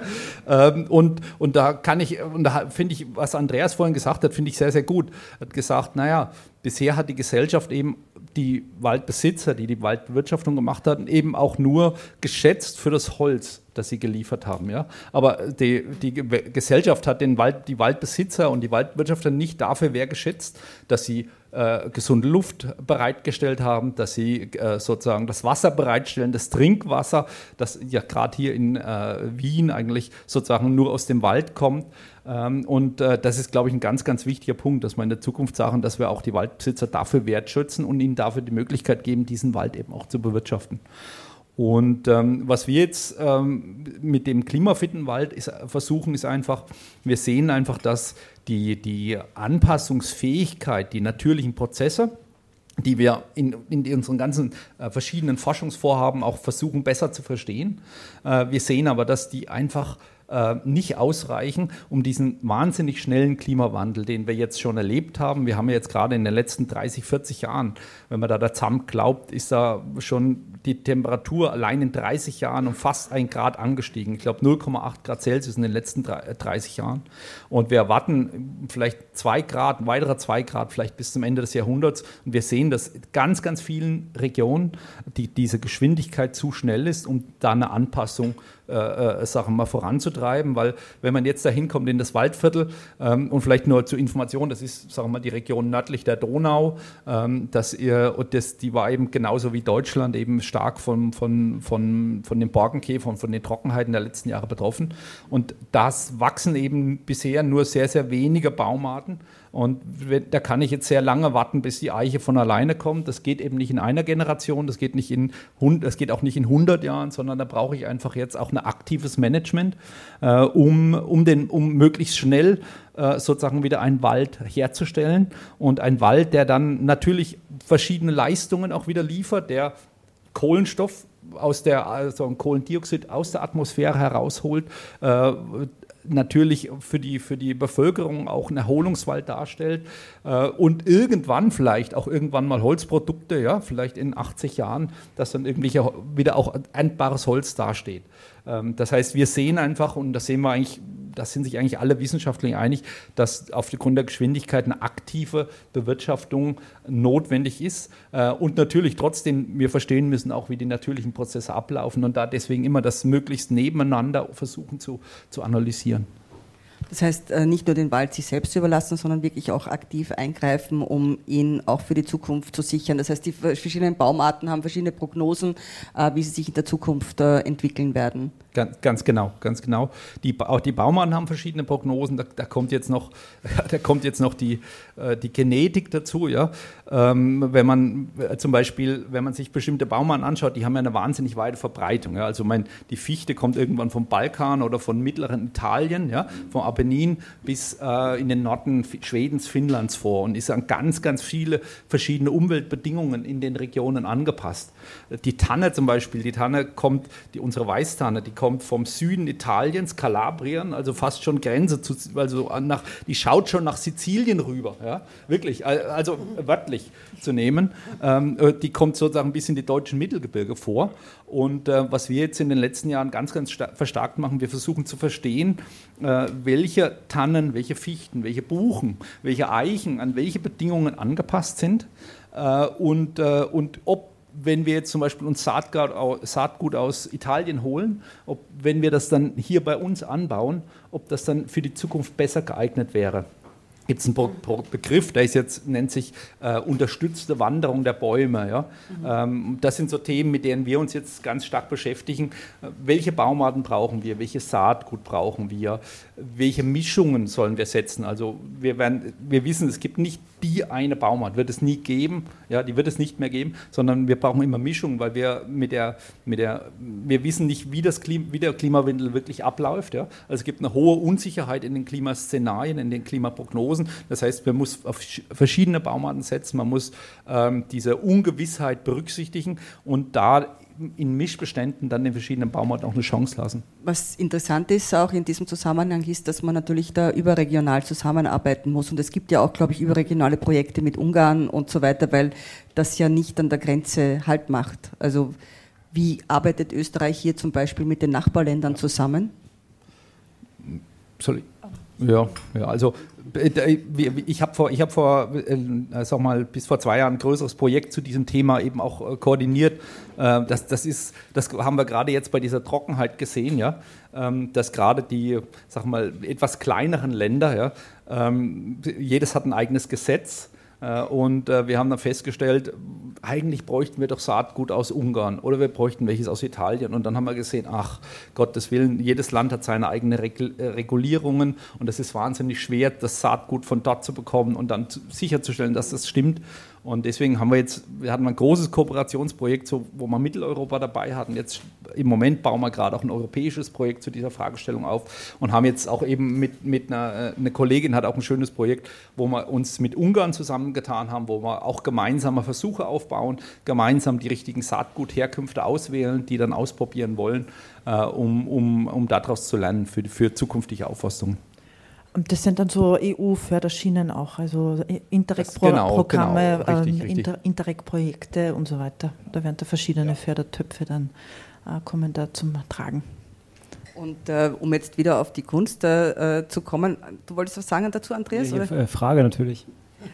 Und, und da kann ich, und da finde ich, was Andreas vorhin gesagt hat, finde ich sehr, sehr gut. Er hat gesagt, naja, bisher hat die Gesellschaft eben die Waldbesitzer, die die Waldbewirtschaftung gemacht hatten, eben auch nur geschätzt für das Holz, das sie geliefert haben. Ja? Aber die, die Gesellschaft hat den Wald, die Waldbesitzer und die Waldwirtschaftler nicht dafür wertgeschätzt, dass sie äh, gesunde Luft bereitgestellt haben, dass sie äh, sozusagen das Wasser bereitstellen, das Trinkwasser, das ja gerade hier in äh, Wien eigentlich sozusagen nur aus dem Wald kommt. Ähm, und äh, das ist, glaube ich, ein ganz, ganz wichtiger Punkt, dass wir in der Zukunft sagen, dass wir auch die Waldbesitzer dafür wertschätzen und ihnen dafür die Möglichkeit geben, diesen Wald eben auch zu bewirtschaften. Und ähm, was wir jetzt ähm, mit dem klimafitten Wald ist, versuchen, ist einfach, wir sehen einfach, dass die, die Anpassungsfähigkeit, die natürlichen Prozesse, die wir in, in unseren ganzen äh, verschiedenen Forschungsvorhaben auch versuchen besser zu verstehen. Äh, wir sehen aber, dass die einfach äh, nicht ausreichen, um diesen wahnsinnig schnellen Klimawandel, den wir jetzt schon erlebt haben. Wir haben ja jetzt gerade in den letzten dreißig, vierzig Jahren, wenn man da der Z A M glaubt, ist da schon die Temperatur allein in dreißig Jahren um fast ein Grad angestiegen. Ich glaube null Komma acht Grad Celsius in den letzten dreißig Jahren. Und wir erwarten vielleicht zwei Grad, weitere zwei Grad, vielleicht bis zum Ende des Jahrhunderts. Und wir sehen, dass ganz, ganz vielen Regionen die, diese Geschwindigkeit zu schnell ist, um da eine Anpassung äh, äh, Sachen mal voranzutreiben. Weil wenn man jetzt dahin kommt in das Waldviertel ähm, und vielleicht nur zur Information, das ist, sagen wir mal, die Region nördlich der Donau, ähm, dass ihr, und das, die war eben genauso wie Deutschland eben stark von, von, von, von den Borkenkäfern, von den Trockenheiten der letzten Jahre betroffen. Und das wachsen eben bisher nur sehr, sehr wenige Baumarten. Und da kann ich jetzt sehr lange warten, bis die Eiche von alleine kommt. Das geht eben nicht in einer Generation, das geht, nicht in, das geht auch nicht in hundert Jahren, sondern da brauche ich einfach jetzt auch ein aktives Management, äh, um, um, den, um möglichst schnell äh, sozusagen wieder einen Wald herzustellen. Und ein Wald, der dann natürlich verschiedene Leistungen auch wieder liefert, der Kohlenstoff aus der, also Kohlendioxid aus der Atmosphäre herausholt, äh, natürlich für die, für die Bevölkerung auch einen Erholungswald darstellt äh, und irgendwann vielleicht auch irgendwann mal Holzprodukte, ja, vielleicht in achtzig Jahren, dass dann irgendwie wieder auch endbares Holz dasteht. Ähm, das heißt, wir sehen einfach, und das sehen wir eigentlich, da sind sich eigentlich alle Wissenschaftler einig, dass aufgrund der Geschwindigkeit eine aktive Bewirtschaftung notwendig ist äh, und natürlich trotzdem wir verstehen müssen auch, wie die natürlichen Prozesse ablaufen und da deswegen immer das möglichst nebeneinander versuchen zu, zu analysieren. Das heißt, nicht nur den Wald sich selbst zu überlassen, sondern wirklich auch aktiv eingreifen, um ihn auch für die Zukunft zu sichern. Das heißt, die verschiedenen Baumarten haben verschiedene Prognosen, wie sie sich in der Zukunft entwickeln werden. Ganz, ganz genau, ganz genau. Die, auch die Baumarten haben verschiedene Prognosen. Da, da kommt jetzt noch, da kommt jetzt noch die, die Genetik dazu. Ja? Ähm, wenn man zum Beispiel, wenn man sich bestimmte Baumarten anschaut, die haben ja eine wahnsinnig weite Verbreitung. Ja? Also mein, die Fichte kommt irgendwann vom Balkan oder von mittleren Italien, ja? Vom, Apennin bis äh, in den Norden Schwedens, Finnlands vor und ist an ganz, ganz viele verschiedene Umweltbedingungen in den Regionen angepasst. Die Tanne zum Beispiel, die Tanne kommt, die, unsere Weißtanne, die kommt vom Süden Italiens, Kalabrien, also fast schon Grenze zu, also nach, die schaut schon nach Sizilien rüber, ja, wirklich, also wörtlich zu nehmen. Ähm, die kommt sozusagen bis in die deutschen Mittelgebirge vor. Und äh, was wir jetzt in den letzten Jahren ganz, ganz verstärkt machen, wir versuchen zu verstehen, äh, welche Tannen, welche Fichten, welche Buchen, welche Eichen an welche Bedingungen angepasst sind äh, und, äh, und ob, wenn wir jetzt zum Beispiel uns Saatgut, Saatgut aus Italien holen, ob, wenn wir das dann hier bei uns anbauen, ob das dann für die Zukunft besser geeignet wäre. Gibt es einen Pro- Pro- Begriff, der ist jetzt, nennt sich äh, unterstützte Wanderung der Bäume. Ja? Mhm. Ähm, das sind so Themen, mit denen wir uns jetzt ganz stark beschäftigen. Äh, welche Baumarten brauchen wir? Welches Saatgut brauchen wir? Welche Mischungen sollen wir setzen? Also wir, werden, wir wissen, es gibt nicht die eine Baumart, wird es nie geben, ja, die wird es nicht mehr geben, sondern wir brauchen immer Mischungen, weil wir mit der, mit der, wir wissen nicht, wie, das Klima, wie der Klimawandel wirklich abläuft. Ja? Also es gibt eine hohe Unsicherheit in den Klimaszenarien, in den Klimaprognosen. Das heißt, man muss auf verschiedene Baumarten setzen, man muss ähm, diese Ungewissheit berücksichtigen und da in Mischbeständen dann den verschiedenen Baumarten auch eine Chance lassen. Was interessant ist auch in diesem Zusammenhang ist, dass man natürlich da überregional zusammenarbeiten muss und es gibt ja auch, glaube ich, überregionale Projekte mit Ungarn und so weiter, weil das ja nicht an der Grenze Halt macht. Also wie arbeitet Österreich hier zum Beispiel mit den Nachbarländern zusammen? Soll ich? Ja, ja, also ich habe vor, ich hab vor äh, sag mal, bis vor zwei Jahren ein größeres Projekt zu diesem Thema eben auch äh, koordiniert. Äh, das, das, ist, das haben wir gerade jetzt bei dieser Trockenheit gesehen, ja, ähm, dass gerade die, sag mal, etwas kleineren Länder, ja, ähm, jedes hat ein eigenes Gesetz. Und äh, wir haben dann festgestellt, eigentlich bräuchten wir doch Saatgut aus Ungarn oder wir bräuchten welches aus Italien. Und dann haben wir gesehen, ach, Gottes Willen, jedes Land hat seine eigenen Regul- äh, Regulierungen und es ist wahnsinnig schwer, das Saatgut von dort zu bekommen und dann zu, sicherzustellen, dass das stimmt. Und deswegen haben wir jetzt, wir hatten ein großes Kooperationsprojekt, so, wo wir Mitteleuropa dabei hatten. Jetzt im Moment bauen wir gerade auch ein europäisches Projekt zu dieser Fragestellung auf und haben jetzt auch eben mit, mit einer, eine Kollegin hat auch ein schönes Projekt, wo wir uns mit Ungarn zusammengetan haben, wo wir auch gemeinsame Versuche aufbauen, gemeinsam die richtigen Saatgutherkünfte auswählen, die dann ausprobieren wollen, äh, um, um, um daraus zu lernen für, für zukünftige Aufforstungen. Und das sind dann so E U-Förderschienen auch, also Interreg-Programme, genau, genau, ähm, Inter- Interreg-Projekte und so weiter. Da werden da verschiedene ja. Fördertöpfe dann äh, kommen da zum Tragen. Und äh, um jetzt wieder auf die Kunst äh, zu kommen, du wolltest was sagen dazu, Andreas? Ja, oder? Frage natürlich.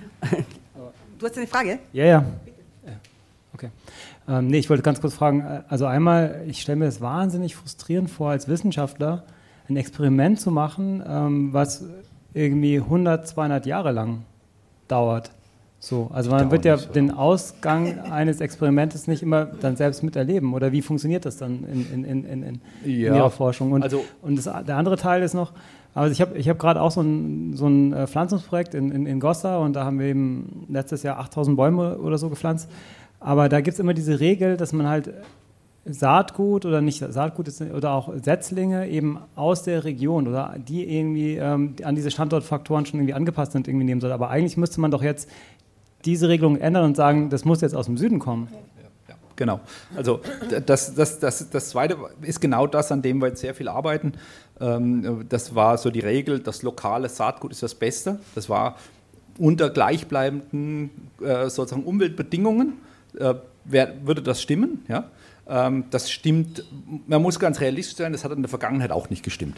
Du hast eine Frage? Ja, ja. Okay. Ähm, nee, ich wollte ganz kurz fragen, also einmal, ich stelle mir das wahnsinnig frustrierend vor, als Wissenschaftler ein Experiment zu machen, ähm, was irgendwie hundert, zweihundert Jahre lang dauert. So, also man wird ja den Ausgang eines Experimentes nicht immer dann selbst miterleben. Oder wie funktioniert das dann in, in, in, in, in ja. Ihrer Forschung? Und, also, und das, der andere Teil ist noch, also ich habe ich hab gerade auch so ein, so ein Pflanzungsprojekt in, in, in Gossa und da haben wir eben letztes Jahr achttausend Bäume oder so gepflanzt. Aber da gibt es immer diese Regel, dass man halt Saatgut oder nicht Saatgut ist, oder auch Setzlinge eben aus der Region oder die irgendwie ähm, an diese Standortfaktoren schon irgendwie angepasst sind, irgendwie nehmen soll. Aber eigentlich müsste man doch jetzt diese Regelung ändern und sagen, das muss jetzt aus dem Süden kommen. Ja, ja, genau. Also das, das, das, das Zweite ist genau das, an dem wir jetzt sehr viel arbeiten. Das war so die Regel, das lokale Saatgut ist das Beste. Das war unter gleichbleibenden sozusagen Umweltbedingungen. Wer, würde das stimmen? Ja? Das stimmt, man muss ganz realistisch sein, das hat in der Vergangenheit auch nicht gestimmt.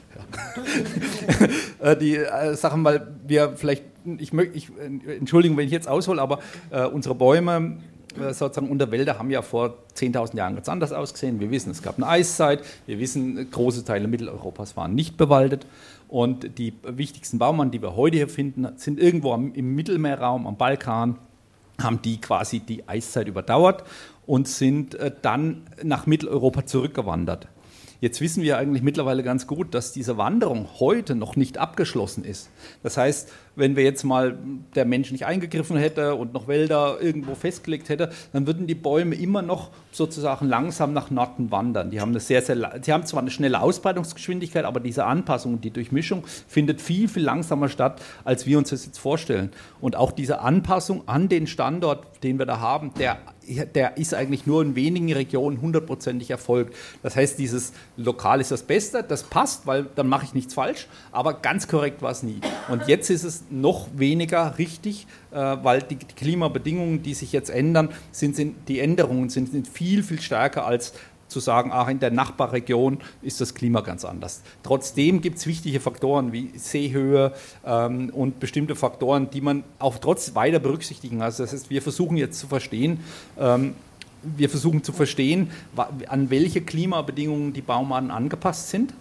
Ja. Die äh, Sachen, weil wir vielleicht, ich, ich Entschuldigung, wenn ich jetzt aushole, aber äh, unsere Bäume äh, sozusagen unter Wälder haben ja vor zehntausend Jahren ganz anders ausgesehen. Wir wissen, es gab eine Eiszeit, wir wissen, große Teile Mitteleuropas waren nicht bewaldet und die wichtigsten Baumarten, die wir heute hier finden, sind irgendwo am, im Mittelmeerraum, am Balkan, haben die quasi die Eiszeit überdauert und sind äh, dann nach Mitteleuropa zurückgewandert. Jetzt wissen wir eigentlich mittlerweile ganz gut, dass diese Wanderung heute noch nicht abgeschlossen ist. Das heißt, wenn wir jetzt mal der Mensch nicht eingegriffen hätte und noch Wälder irgendwo festgelegt hätte, dann würden die Bäume immer noch sozusagen langsam nach Norden wandern. Die haben eine sehr, sehr, die haben zwar eine schnelle Ausbreitungsgeschwindigkeit, aber diese Anpassung und die Durchmischung findet viel, viel langsamer statt, als wir uns das jetzt vorstellen. Und auch diese Anpassung an den Standort, den wir da haben, der der ist eigentlich nur in wenigen Regionen hundertprozentig erfolgt. Das heißt, dieses Lokal ist das Beste, das passt, weil dann mache ich nichts falsch, aber ganz korrekt war es nie. Und jetzt ist es noch weniger richtig, äh, weil die Klimabedingungen, die sich jetzt ändern, sind, sind die Änderungen sind, sind viel, viel stärker als zu sagen, ach, in der Nachbarregion ist das Klima ganz anders. Trotzdem gibt es wichtige Faktoren wie Seehöhe ähm, und bestimmte Faktoren, die man auch trotz weiter berücksichtigen muss. Also das heißt, wir versuchen jetzt zu verstehen, ähm, wir versuchen zu verstehen, an welche Klimabedingungen die Baumarten angepasst sind.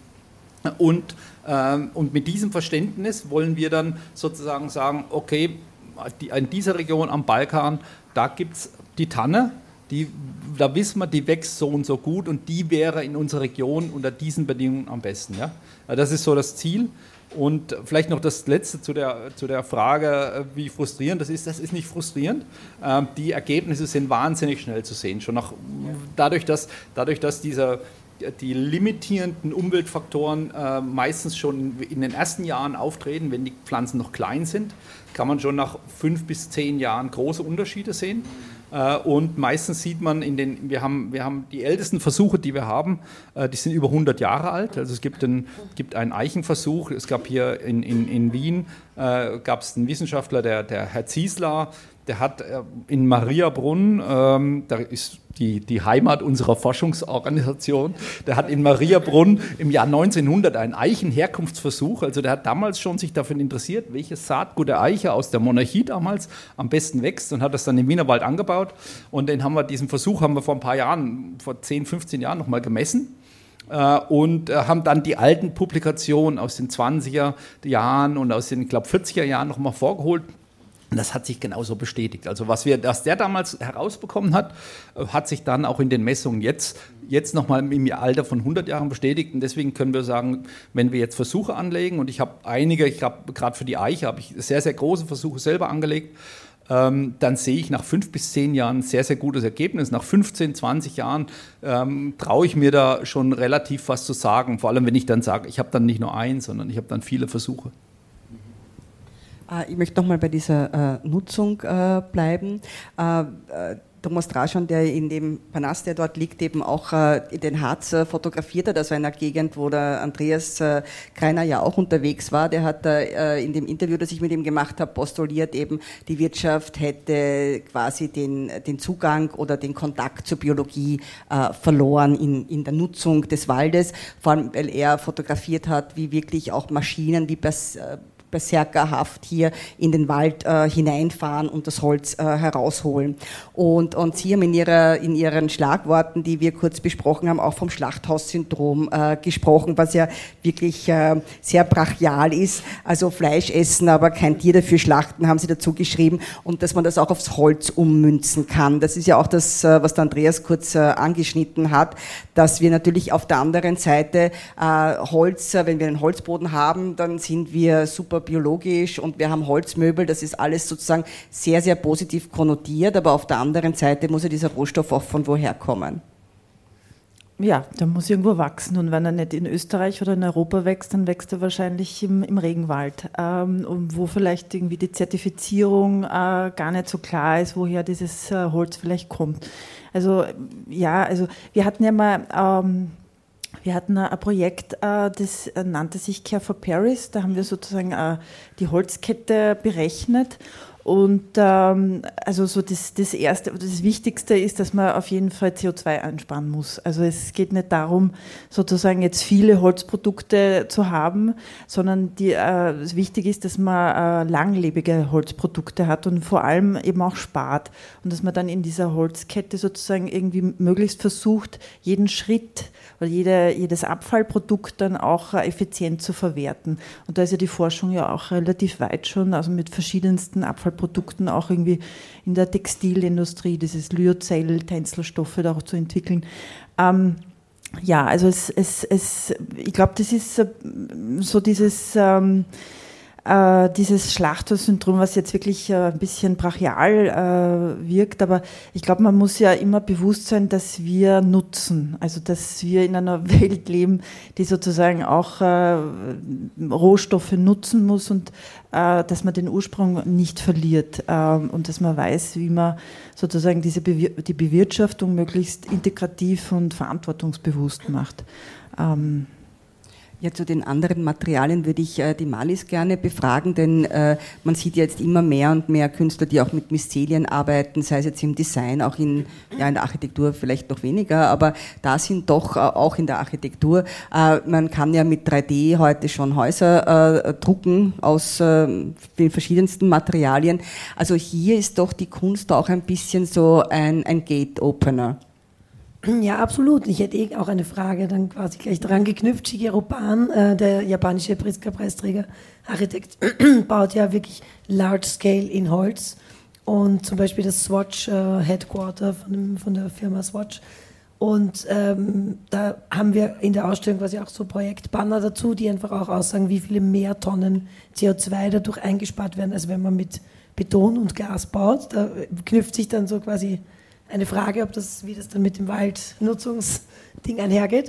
Und, ähm, und mit diesem Verständnis wollen wir dann sozusagen sagen, okay, die, in dieser Region am Balkan, da gibt es die Tanne, Die, da wissen wir, die wächst so und so gut und die wäre in unserer Region unter diesen Bedingungen am besten. Ja? Das ist so das Ziel. Und vielleicht noch das Letzte zu der, zu der Frage, wie frustrierend das ist. Das ist nicht frustrierend. Die Ergebnisse sind wahnsinnig schnell zu sehen. Schon nach, dadurch, dass, dadurch, dass dieser, die limitierenden Umweltfaktoren meistens schon in den ersten Jahren auftreten, wenn die Pflanzen noch klein sind, kann man schon nach fünf bis zehn Jahren große Unterschiede sehen. Und meistens sieht man in den, wir haben, wir haben die ältesten Versuche, die wir haben, die sind über hundert Jahre alt. Also es gibt einen, gibt einen Eichenversuch. Es gab hier in, in, in Wien, äh, gab es einen Wissenschaftler, der, der Herr Ziesler, der hat äh, in Mariabrunn, ähm, da ist die, die Heimat unserer Forschungsorganisation, der hat in Mariabrunn im Jahr neunzehnhundert einen Eichenherkunftsversuch, also der hat damals schon sich dafür interessiert, welches Saatgut der Eiche aus der Monarchie damals am besten wächst und hat das dann im Wienerwald angebaut. Und den haben wir, diesen Versuch haben wir vor ein paar Jahren, vor zehn, fünfzehn Jahren nochmal gemessen. Und haben dann die alten Publikationen aus den zwanziger Jahren und aus den, ich glaube, vierziger Jahren nochmal vorgeholt. Und das hat sich genauso bestätigt. Also was wir, was der damals herausbekommen hat, hat sich dann auch in den Messungen jetzt, jetzt nochmal im Alter von hundert Jahren bestätigt. Und deswegen können wir sagen, wenn wir jetzt Versuche anlegen, und ich habe einige, ich habe gerade für die Eiche, habe ich sehr, sehr große Versuche selber angelegt, ähm, dann sehe ich nach fünf bis zehn Jahren ein sehr, sehr gutes Ergebnis. Nach fünfzehn, zwanzig Jahren ähm, traue ich mir da schon relativ was zu sagen. Vor allem, wenn ich dann sage, ich habe dann nicht nur einen, sondern ich habe dann viele Versuche. Ich möchte nochmal bei dieser äh, Nutzung äh, bleiben. Äh, äh, Thomas Draschan, der in dem Palast, der dort liegt, eben auch äh, den Harz äh, fotografiert hat, also einer Gegend, wo der Andreas äh, Kreiner ja auch unterwegs war. Der hat äh, in dem Interview, das ich mit ihm gemacht habe, postuliert eben, die Wirtschaft hätte quasi den, den Zugang oder den Kontakt zur Biologie äh, verloren in, in der Nutzung des Waldes, vor allem weil er fotografiert hat, wie wirklich auch Maschinen, wie Pers- äh, berserkerhaft hier in den Wald äh, hineinfahren und das Holz äh, herausholen. Und, und Sie haben in, ihrer, in Ihren Schlagworten, die wir kurz besprochen haben, auch vom Schlachthaussyndrom äh, gesprochen, was ja wirklich äh, sehr brachial ist. Also Fleisch essen, aber kein Tier dafür schlachten, haben Sie dazu geschrieben. Und dass man das auch aufs Holz ummünzen kann. Das ist ja auch das, äh, was der Andreas kurz äh, angeschnitten hat, dass wir natürlich auf der anderen Seite äh, Holz, äh, wenn wir einen Holzboden haben, dann sind wir super biologisch und wir haben Holzmöbel, das ist alles sozusagen sehr, sehr positiv konnotiert, aber auf der anderen Seite muss ja dieser Rohstoff auch von woher kommen. Ja, der muss irgendwo wachsen und wenn er nicht in Österreich oder in Europa wächst, dann wächst er wahrscheinlich im, im Regenwald, ähm, wo vielleicht irgendwie die Zertifizierung äh, gar nicht so klar ist, woher dieses äh, Holz vielleicht kommt. Also ja, also wir hatten ja mal ähm, Wir hatten ein Projekt, das nannte sich Care for Paris. Da haben wir sozusagen die Holzkette berechnet. Und ähm, also so das, das Erste, das Wichtigste ist, dass man auf jeden Fall C O zwei einsparen muss. Also es geht nicht darum, sozusagen jetzt viele Holzprodukte zu haben, sondern die, äh, das Wichtige ist, dass man äh, langlebige Holzprodukte hat und vor allem eben auch spart. Und dass man dann in dieser Holzkette sozusagen irgendwie möglichst versucht, jeden Schritt oder jede, jedes Abfallprodukt dann auch äh, effizient zu verwerten. Und da ist ja die Forschung ja auch relativ weit schon, also mit verschiedensten Abfallprodukten. Produkten auch irgendwie in der Textilindustrie, dieses Lyocell, Tänzelstoffe da auch zu entwickeln. Ähm, ja, also es, es, es, ich glaube, das ist so dieses, ähm, äh, dieses Schlachthaus-Syndrom, was jetzt wirklich äh, ein bisschen brachial äh, wirkt, aber ich glaube, man muss ja immer bewusst sein, dass wir nutzen, also dass wir in einer Welt leben, die sozusagen auch äh, Rohstoffe nutzen muss und äh, dass man den Ursprung nicht verliert äh, und dass man weiß, wie man sozusagen diese Bewir- die Bewirtschaftung möglichst integrativ und verantwortungsbewusst macht. Ähm, Ja, zu den anderen Materialien würde ich äh, die Marlies gerne befragen, denn äh, man sieht jetzt immer mehr und mehr Künstler, die auch mit Myzelien arbeiten, sei es jetzt im Design, auch in, ja, in der Architektur vielleicht noch weniger, aber da sind doch äh, auch in der Architektur, äh, man kann ja mit drei D heute schon Häuser äh, drucken aus äh, den verschiedensten Materialien. Also hier ist doch die Kunst auch ein bisschen so ein, ein Gate-Opener. Ja, absolut. Ich hätte eh auch eine Frage dann quasi gleich dran geknüpft. Shigeru Ban, äh, der japanische Pritzker-Preisträger, Architekt, baut ja wirklich Large-Scale in Holz. Und zum Beispiel das Swatch äh, Headquarter von, dem, von der Firma Swatch. Und ähm, da haben wir in der Ausstellung quasi auch so Projektbanner dazu, die einfach auch aussagen, wie viele mehr Tonnen C O zwei dadurch eingespart werden, als wenn man mit Beton und Glas baut. Da knüpft sich dann so quasi eine Frage, ob das, wie das dann mit dem Waldnutzungsding einhergeht.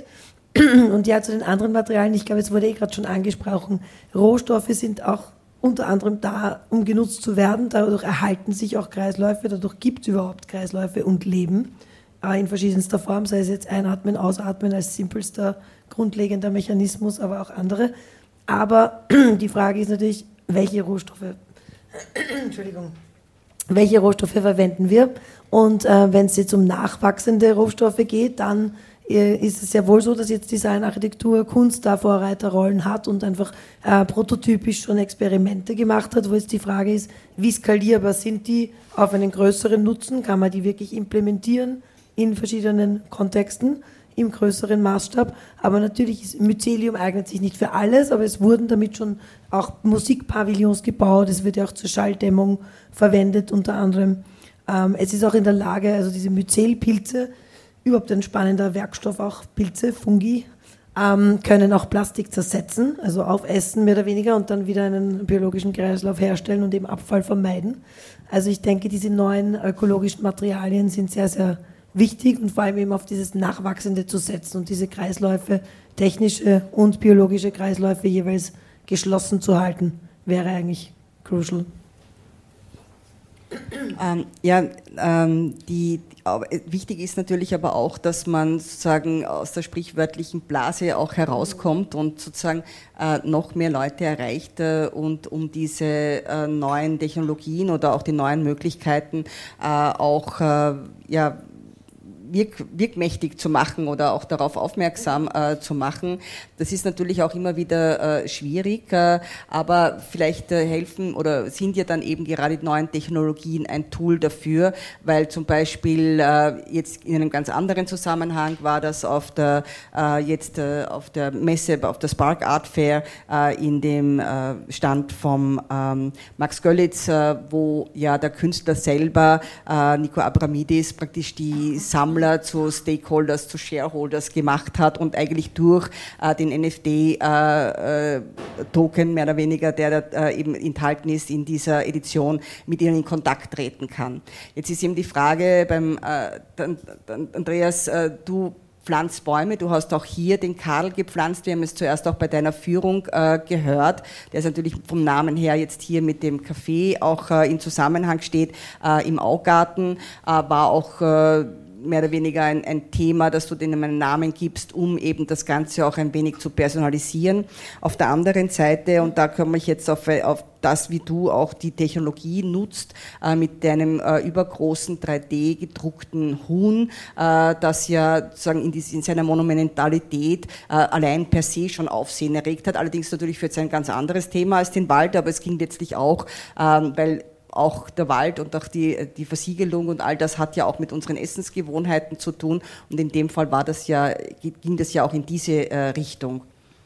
Und ja, zu den anderen Materialien, ich glaube, es wurde eh gerade schon angesprochen, Rohstoffe sind auch unter anderem da, um genutzt zu werden. Dadurch erhalten sich auch Kreisläufe, dadurch gibt es überhaupt Kreisläufe und Leben äh, in verschiedenster Form, sei es jetzt Einatmen, Ausatmen als simpelster, grundlegender Mechanismus, aber auch andere. Aber die Frage ist natürlich, welche Rohstoffe, Entschuldigung, welche Rohstoffe verwenden wir? Und äh, wenn es jetzt um nachwachsende Rohstoffe geht, dann äh, ist es ja wohl so, dass jetzt Design, Architektur, Kunst da Vorreiterrollen hat und einfach äh, prototypisch schon Experimente gemacht hat, wo jetzt die Frage ist, wie skalierbar sind die auf einen größeren Nutzen? Kann man die wirklich implementieren in verschiedenen Kontexten im größeren Maßstab? Aber natürlich ist Mycelium eignet sich nicht für alles, aber es wurden damit schon auch Musikpavillons gebaut, es wird ja auch zur Schalldämmung verwendet unter anderem. Ähm, es ist auch in der Lage, also diese Myzelpilze, überhaupt ein spannender Werkstoff, auch Pilze, Fungi, ähm, können auch Plastik zersetzen, also aufessen mehr oder weniger und dann wieder einen biologischen Kreislauf herstellen und eben Abfall vermeiden. Also ich denke, diese neuen ökologischen Materialien sind sehr, sehr wichtig und vor allem eben auf dieses Nachwachsende zu setzen und diese Kreisläufe, technische und biologische Kreisläufe jeweils geschlossen zu halten, wäre eigentlich crucial. Ähm, ja, ähm, die, die, wichtig ist natürlich aber auch, dass man sozusagen aus der sprichwörtlichen Blase auch herauskommt und sozusagen äh, noch mehr Leute erreicht äh, und um diese äh, neuen Technologien oder auch die neuen Möglichkeiten äh, auch äh, ja, Wirk, wirkmächtig zu machen oder auch darauf aufmerksam äh, zu machen. Das ist natürlich auch immer wieder äh, schwierig, äh, aber vielleicht äh, helfen oder sind ja dann eben gerade die neuen Technologien ein Tool dafür, weil zum Beispiel äh, jetzt in einem ganz anderen Zusammenhang war das auf der äh, jetzt äh, auf der Messe, auf der Spark Art Fair äh, in dem äh, Stand vom ähm, Max Görlitz, äh, wo ja der Künstler selber, äh, Nico Abramidis, praktisch die Sammlung zu Stakeholders, zu Shareholders gemacht hat und eigentlich durch äh, den N F T-Token äh, mehr oder weniger, der da äh, eben enthalten ist in dieser Edition, mit ihnen in Kontakt treten kann. Jetzt ist eben die Frage beim äh, Andreas, äh, du pflanzt Bäume, du hast auch hier den Karl gepflanzt, wir haben es zuerst auch bei deiner Führung äh, gehört, der ist natürlich vom Namen her jetzt hier mit dem Café auch äh, in Zusammenhang steht, äh, im Augarten, äh, war auch äh, mehr oder weniger ein, ein Thema, dass du denen einen Namen gibst, um eben das Ganze auch ein wenig zu personalisieren. Auf der anderen Seite, und da komme ich jetzt auf, auf das, wie du auch die Technologie nutzt, äh, mit deinem äh, übergroßen drei D gedruckten Huhn, äh, das ja sozusagen in, die, in seiner Monumentalität äh, allein per se schon Aufsehen erregt hat, allerdings natürlich für jetzt ein ganz anderes Thema als den Wald, aber es ging letztlich auch, ähm, weil auch der Wald und auch die, die Versiegelung und all das hat ja auch mit unseren Essensgewohnheiten zu tun und in dem Fall war das ja, ging das ja auch in diese äh, Richtung.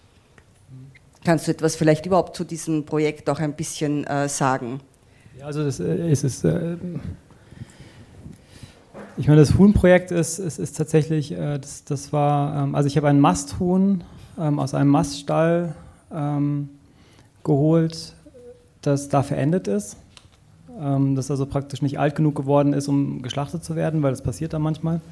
Kannst du etwas vielleicht überhaupt zu diesem Projekt auch ein bisschen äh, sagen? Ja, also das äh, ist es. Äh, ich meine, das Huhnprojekt ist, ist, ist tatsächlich, äh, das, das war, ähm, also ich habe ein Masthuhn ähm, aus einem Maststall ähm, geholt, das da verendet ist, ähm, das also praktisch nicht alt genug geworden ist, um geschlachtet zu werden, weil das passiert da manchmal.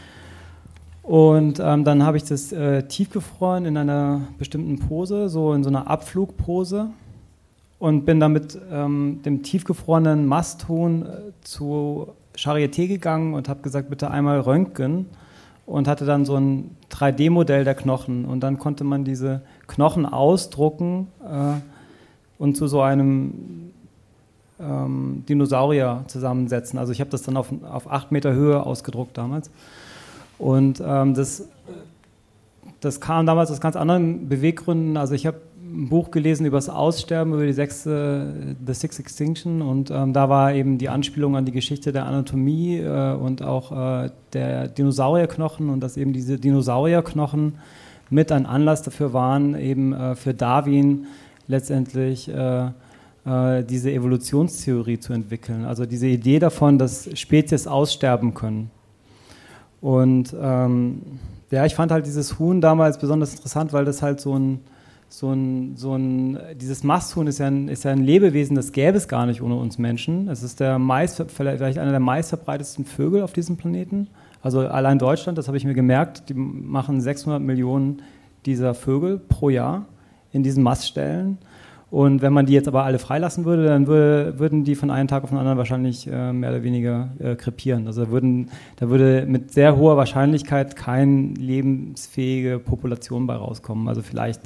Und ähm, dann habe ich das äh, tiefgefroren in einer bestimmten Pose, so in so einer Abflugpose, und bin dann mit ähm, dem tiefgefrorenen Masthuhn äh, zu Charité gegangen und habe gesagt, bitte einmal Röntgen, und hatte dann so ein drei D Modell der Knochen, und dann konnte man diese Knochen ausdrucken äh, und zu so einem ähm, Dinosaurier zusammensetzen. Also ich habe das dann auf, auf acht Meter Höhe ausgedruckt damals, und ähm, das, das kam damals aus ganz anderen Beweggründen. Also ich habe ein Buch gelesen über das Aussterben, über die sechste, The Sixth Extinction, und ähm, da war eben die Anspielung an die Geschichte der Anatomie äh, und auch äh, der Dinosaurierknochen, und dass eben diese Dinosaurierknochen mit ein Anlass dafür waren, eben äh, für Darwin letztendlich äh, äh, diese Evolutionstheorie zu entwickeln, also diese Idee davon, dass Spezies aussterben können. Und ähm, ja, ich fand halt dieses Huhn damals besonders interessant, weil das halt so ein So ein, so ein, dieses Masthuhn ist ja, ein, ist ja ein Lebewesen, das gäbe es gar nicht ohne uns Menschen. Es ist der meist, vielleicht einer der meistverbreitetsten Vögel auf diesem Planeten. Also allein Deutschland, das habe ich mir gemerkt, die machen sechshundert Millionen dieser Vögel pro Jahr in diesen Maststellen. Und wenn man die jetzt aber alle freilassen würde, dann würde, würden die von einem Tag auf den anderen wahrscheinlich äh, mehr oder weniger äh, krepieren. Also würden, da würde mit sehr hoher Wahrscheinlichkeit keine lebensfähige Population bei rauskommen. Also vielleicht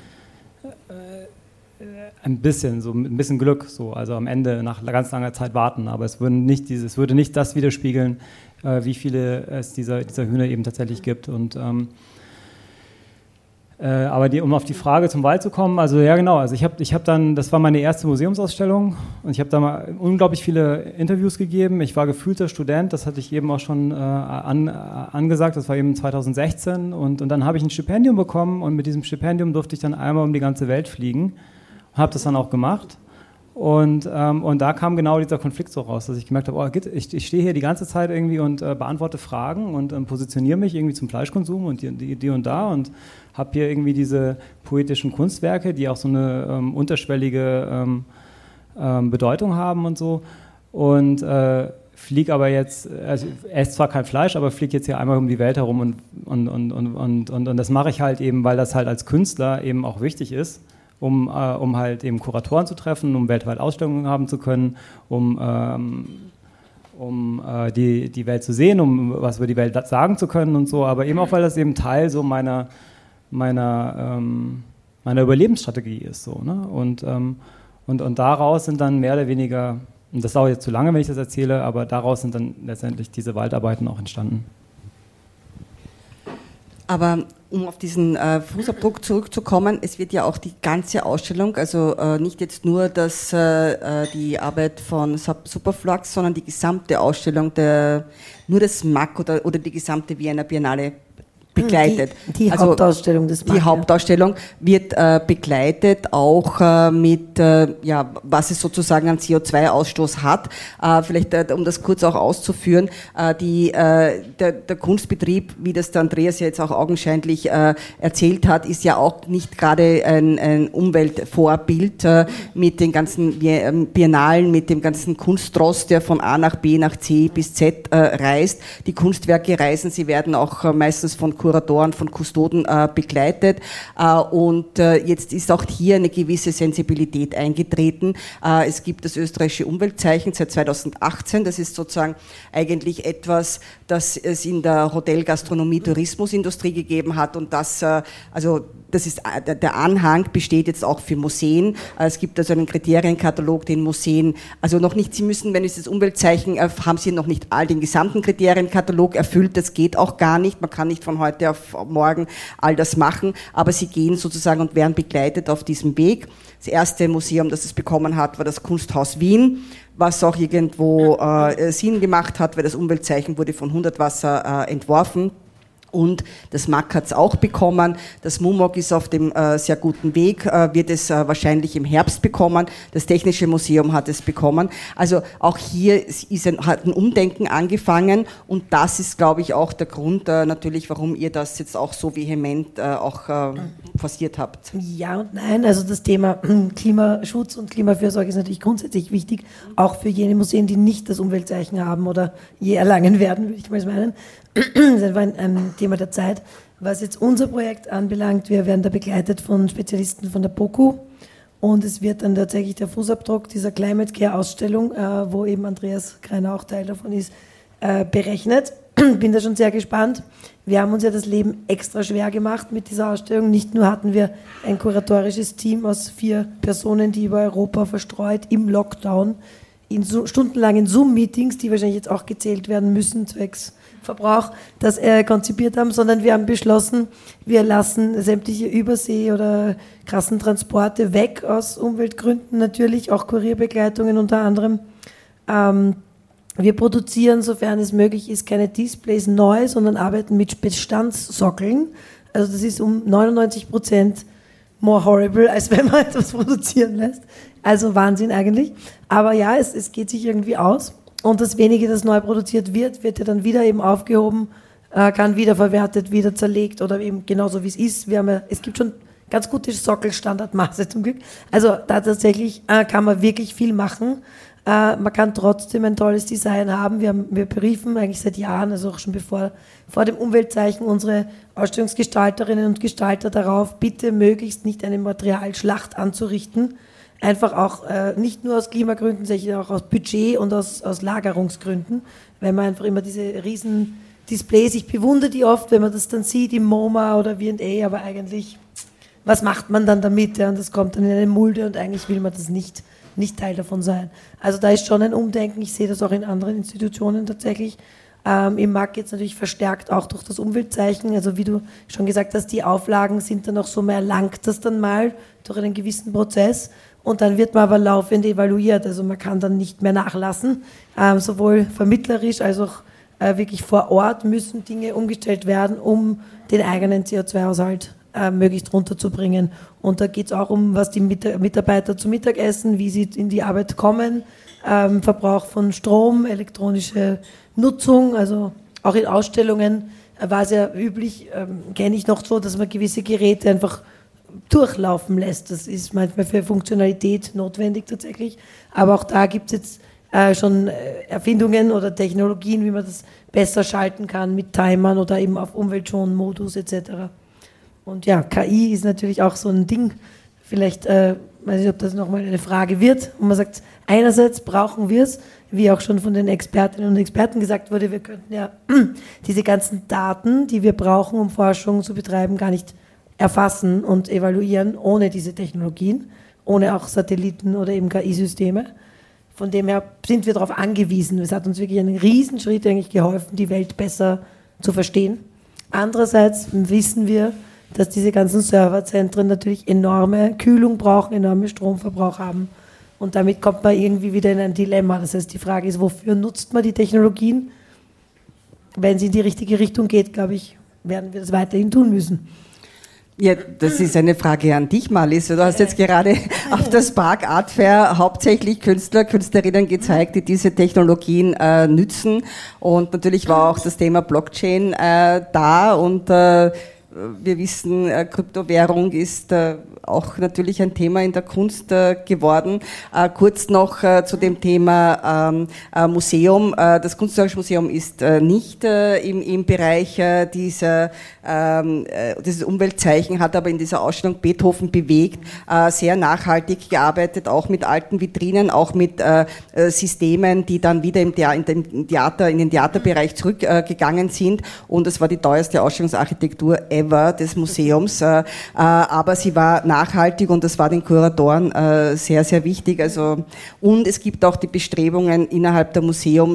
ein bisschen, so mit ein bisschen Glück, so, also am Ende nach ganz langer Zeit warten, aber es, würden nicht dieses, es würde nicht das widerspiegeln, äh, wie viele es dieser, dieser Hühner eben tatsächlich gibt. Und, ähm, äh, aber die, um auf die Frage zum Wald zu kommen, also ja genau, also ich habe ich hab dann, das war meine erste Museumsausstellung, und ich habe da mal unglaublich viele Interviews gegeben. Ich war gefühlter Student, das hatte ich eben auch schon äh, an, äh, angesagt, das war eben zweitausendsechzehn, und, und dann habe ich ein Stipendium bekommen, und mit diesem Stipendium durfte ich dann einmal um die ganze Welt fliegen. Habe das dann auch gemacht, und, ähm, und da kam genau dieser Konflikt so raus, dass ich gemerkt habe, oh, ich, ich stehe hier die ganze Zeit irgendwie und äh, beantworte Fragen und ähm, positioniere mich irgendwie zum Fleischkonsum und die, die, die und da, und habe hier irgendwie diese poetischen Kunstwerke, die auch so eine ähm, unterschwellige ähm, ähm, Bedeutung haben und so, und äh, fliege aber jetzt, also esse zwar kein Fleisch, aber fliege jetzt hier einmal um die Welt herum, und, und, und, und, und, und, und das mache ich halt eben, weil das halt als Künstler eben auch wichtig ist. Um, äh, um halt eben Kuratoren zu treffen, um weltweit Ausstellungen haben zu können, um, ähm, um äh, die, die Welt zu sehen, um was über die Welt sagen zu können und so, aber eben auch, weil das eben Teil so meiner, meiner, ähm, meiner Überlebensstrategie ist. So, ne? und, ähm, und, und daraus sind dann mehr oder weniger, und das dauert jetzt zu lange, wenn ich das erzähle, aber daraus sind dann letztendlich diese Waldarbeiten auch entstanden. Aber um auf diesen äh, Fußabdruck zurückzukommen, es wird ja auch die ganze Ausstellung, also äh, nicht jetzt nur das, äh, die Arbeit von Superflux, sondern die gesamte Ausstellung, der, nur das M A C oder, oder die gesamte Wiener Biennale begleitet. Die, die also Hauptausstellung des M A C. Die Hauptausstellung wird äh, begleitet auch äh, mit, äh, ja, was es sozusagen an C O zwei Ausstoß hat. Äh, vielleicht, äh, um das kurz auch auszuführen, äh, die, äh, der, der Kunstbetrieb, wie das der Andreas ja jetzt auch augenscheinlich äh, erzählt hat, ist ja auch nicht gerade ein, ein Umweltvorbild äh, mit den ganzen Biennalen, mit dem ganzen Kunstrost, der von A nach B nach C bis Z äh, reist. Die Kunstwerke reisen, sie werden auch äh, meistens von Kuratoren, von Kustoden äh, begleitet, äh, und äh, jetzt ist auch hier eine gewisse Sensibilität eingetreten. Äh, es gibt das österreichische Umweltzeichen seit zweitausendachtzehn, das ist sozusagen eigentlich etwas, das es in der Hotel-, Gastronomie-, Tourismusindustrie gegeben hat, und das, äh, also das ist, der Anhang besteht jetzt auch für Museen. Es gibt also einen Kriterienkatalog, den Museen, also noch nicht, Sie müssen, wenn es das Umweltzeichen, haben Sie noch nicht all den gesamten Kriterienkatalog erfüllt, das geht auch gar nicht, man kann nicht von heute auf morgen all das machen, aber Sie gehen sozusagen und werden begleitet auf diesem Weg. Das erste Museum, das es bekommen hat, war das Kunsthaus Wien, was auch irgendwo äh, Sinn gemacht hat, weil das Umweltzeichen wurde von Hundertwasser äh, entworfen. Und das M A C hat es auch bekommen, das M U M O G ist auf dem äh, sehr guten Weg, äh, wird es äh, wahrscheinlich im Herbst bekommen, das Technische Museum hat es bekommen. Also auch hier ist ein, hat ein Umdenken angefangen und das ist, glaube ich, auch der Grund äh, natürlich, warum ihr das jetzt auch so vehement äh, auch äh, forciert habt. Ja und nein, also das Thema Klimaschutz und Klimafürsorge ist natürlich grundsätzlich wichtig, auch für jene Museen, die nicht das Umweltzeichen haben oder je erlangen werden, würde ich mal meinen. Das war ein, ein Thema der Zeit. Was jetzt unser Projekt anbelangt, wir werden da begleitet von Spezialisten von der BOKU und es wird dann tatsächlich der Fußabdruck dieser Climate Care Ausstellung, äh, wo eben Andreas Greiner auch Teil davon ist, äh, berechnet. Bin da schon sehr gespannt. Wir haben uns ja das Leben extra schwer gemacht mit dieser Ausstellung. Nicht nur hatten wir ein kuratorisches Team aus vier Personen, die über Europa verstreut im Lockdown, in so, stundenlangen Zoom-Meetings, die wahrscheinlich jetzt auch gezählt werden müssen, zwecks Verbrauch, das äh, konzipiert haben, sondern wir haben beschlossen, wir lassen sämtliche Übersee- oder krassen Transporte weg aus Umweltgründen, natürlich auch Kurierbegleitungen unter anderem. Ähm, wir produzieren, sofern es möglich ist, keine Displays neu, sondern arbeiten mit Bestandssockeln. Also das ist um neunundneunzig Prozent more horrible, als wenn man etwas produzieren lässt. Also Wahnsinn eigentlich. Aber ja, es, es geht sich irgendwie aus. Und das wenige, das neu produziert wird, wird ja dann wieder eben aufgehoben, äh, kann wiederverwertet, wieder zerlegt oder eben genauso wie es ist. Wir haben ja, es gibt schon ganz gute Sockelstandardmaße zum Glück. Also da tatsächlich äh, kann man wirklich viel machen. Äh, man kann trotzdem ein tolles Design haben. Wir, haben, wir beriefen eigentlich seit Jahren, also auch schon bevor vor dem Umweltzeichen, unsere Ausstellungsgestalterinnen und Gestalter darauf, bitte möglichst nicht eine Materialschlacht anzurichten. Einfach auch äh, nicht nur aus Klimagründen, sondern auch aus Budget- und aus, aus Lagerungsgründen, weil man einfach immer diese riesen Displays, ich bewundere die oft, wenn man das dann sieht im MoMA oder V and A, aber eigentlich, was macht man dann damit? Ja? Und das kommt dann in eine Mulde und eigentlich will man das nicht, nicht Teil davon sein. Also da ist schon ein Umdenken, ich sehe das auch in anderen Institutionen tatsächlich. Ähm, Im M A C jetzt natürlich verstärkt auch durch das Umweltzeichen, also wie du schon gesagt hast, die Auflagen sind dann auch so, man erlangt das dann mal durch einen gewissen Prozess. Und dann wird man aber laufend evaluiert, also man kann dann nicht mehr nachlassen, ähm, sowohl vermittlerisch als auch äh, wirklich vor Ort müssen Dinge umgestellt werden, um den eigenen C O zwei Haushalt äh, möglichst runterzubringen. Und da geht es auch um, was die Mit- Mitarbeiter zu Mittag essen, wie sie in die Arbeit kommen, ähm, Verbrauch von Strom, elektronische Nutzung, also auch in Ausstellungen äh, war es ja üblich, ähm, kenne ich noch so, dass man gewisse Geräte einfach durchlaufen lässt. Das ist manchmal für Funktionalität notwendig tatsächlich. Aber auch da gibt es jetzt äh, schon äh, Erfindungen oder Technologien, wie man das besser schalten kann mit Timern oder eben auf Umweltschonmodus et cetera. Und ja, K I ist natürlich auch so ein Ding. Vielleicht, äh, weiß ich, ob das nochmal eine Frage wird. Und man sagt, einerseits brauchen wir es, wie auch schon von den Expertinnen und Experten gesagt wurde, wir könnten ja diese ganzen Daten, die wir brauchen, um Forschung zu betreiben, gar nicht erfassen und evaluieren ohne diese Technologien, ohne auch Satelliten oder eben K I-Systeme. Von dem her sind wir darauf angewiesen. Es hat uns wirklich einen Riesenschritt eigentlich geholfen, die Welt besser zu verstehen. Andererseits wissen wir, dass diese ganzen Serverzentren natürlich enorme Kühlung brauchen, enorme Stromverbrauch haben. Und damit kommt man irgendwie wieder in ein Dilemma. Das heißt, die Frage ist, wofür nutzt man die Technologien? Wenn sie in die richtige Richtung geht, glaube ich, werden wir das weiterhin tun müssen. Ja, das ist eine Frage an dich, Marlies. Du hast jetzt gerade auf der Spark Art Fair hauptsächlich Künstler, Künstlerinnen gezeigt, die diese Technologien äh, nützen. Und natürlich war auch das Thema Blockchain äh, da. Und äh, wir wissen, äh, Kryptowährung ist äh, auch natürlich ein Thema in der Kunst äh, geworden. Äh, kurz noch äh, zu dem Thema ähm, äh, Museum. Äh, das Kunsthistorische Museum ist äh, nicht äh, im, im Bereich äh, dieser, ähm, äh, dieses Umweltzeichen, hat aber in dieser Ausstellung Beethoven bewegt, äh, sehr nachhaltig gearbeitet, auch mit alten Vitrinen, auch mit äh, Systemen, die dann wieder im, Thea- in den Theater, in den Theaterbereich zurückgegangen äh, sind. Und es war die teuerste Ausstellungsarchitektur ever des Museums. Äh, äh, aber sie war nachhaltig und das war den Kuratoren äh, sehr, sehr wichtig. Also, und es gibt auch die Bestrebungen innerhalb der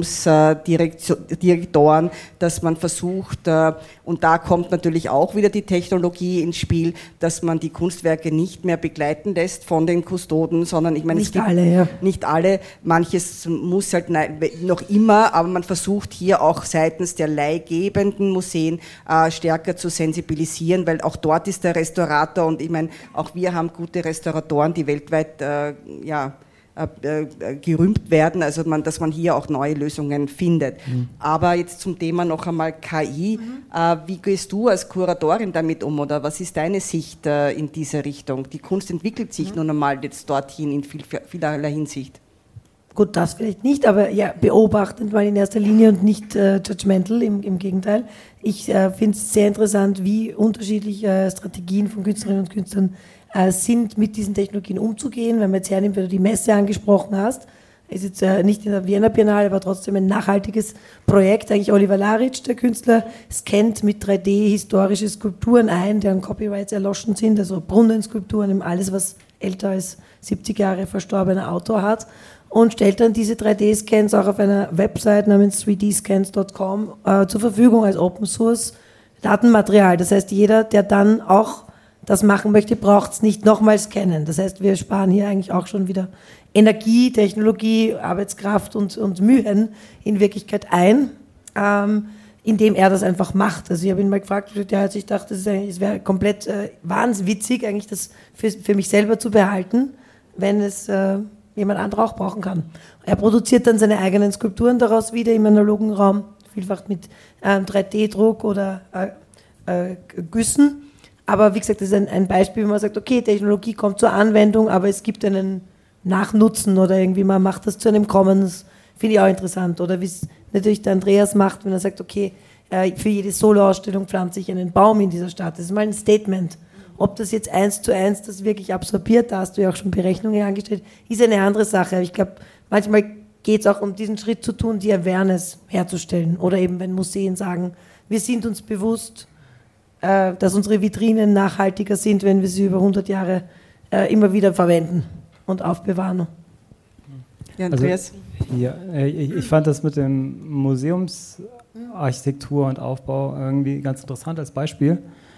Museumsdirektoren, dass man versucht, äh, und da kommt natürlich auch wieder die Technologie ins Spiel, dass man die Kunstwerke nicht mehr begleiten lässt von den Kustoden, sondern ich meine, nicht es gibt alle, ja. nicht alle, manches muss halt noch immer, aber man versucht hier auch seitens der leihgebenden Museen äh, stärker zu sensibilisieren, weil auch dort ist der Restaurator und ich meine, auch wir haben gute Restauratoren, die weltweit äh, ja, äh, äh, gerühmt werden, also man, dass man hier auch neue Lösungen findet. Mhm. Aber jetzt zum Thema noch einmal K I. Mhm. Äh, wie gehst du als Kuratorin damit um oder was ist deine Sicht äh, in diese Richtung? Die Kunst entwickelt sich mhm. nun einmal jetzt dorthin in viel, vielerlei Hinsicht. Gut, das vielleicht nicht, aber ja, beobachtend mal in erster Linie und nicht äh, judgmental, im, im Gegenteil. Ich äh, finde es sehr interessant, wie unterschiedliche äh, Strategien von Künstlerinnen und Künstlern äh, sind, mit diesen Technologien umzugehen. Wenn man jetzt hernimmt, wenn du die Messe angesprochen hast, ist jetzt äh, nicht in der Vienna Biennale, aber trotzdem ein nachhaltiges Projekt. Eigentlich Oliver Laric, der Künstler, scannt mit drei D historische Skulpturen ein, deren Copyrights erloschen sind, also Brunnenskulpturen, alles, was älter als siebzig Jahre verstorbener Autor hat. Und stellt dann diese drei D Scans auch auf einer Website namens drei D scans Punkt com äh, zur Verfügung als Open Source Datenmaterial. Das heißt, jeder, der dann auch das machen möchte, braucht es nicht nochmal scannen. Das heißt, wir sparen hier eigentlich auch schon wieder Energie, Technologie, Arbeitskraft und, und Mühen in Wirklichkeit ein, ähm, indem er das einfach macht. Also ich habe ihn mal gefragt, der hat sich gedacht, das, das wäre komplett äh, wahnwitzig, eigentlich das für, für mich selber zu behalten, wenn es äh, jemand anderer auch brauchen kann. Er produziert dann seine eigenen Skulpturen daraus wieder im analogen Raum, vielfach mit ähm, drei D Druck oder äh, äh, Güssen. Aber wie gesagt, das ist ein, ein Beispiel, wo man sagt, okay, Technologie kommt zur Anwendung, aber es gibt einen Nachnutzen oder irgendwie man macht das zu einem Commons, finde ich auch interessant. Oder wie es natürlich der Andreas macht, wenn er sagt, okay, äh, für jede Soloausstellung pflanze ich einen Baum in dieser Stadt. Das ist mal ein Statement. Ob das jetzt eins zu eins das wirklich absorbiert, da hast du ja auch schon Berechnungen angestellt, ist eine andere Sache. Ich glaube, manchmal geht es auch um diesen Schritt zu tun, die Awareness herzustellen. Oder eben, wenn Museen sagen, wir sind uns bewusst, äh, dass unsere Vitrinen nachhaltiger sind, wenn wir sie über hundert Jahre äh, immer wieder verwenden und aufbewahren. Ja, Andreas? Also, ja, ich, ich fand das mit dem Museumsarchitektur und Aufbau irgendwie ganz interessant als Beispiel.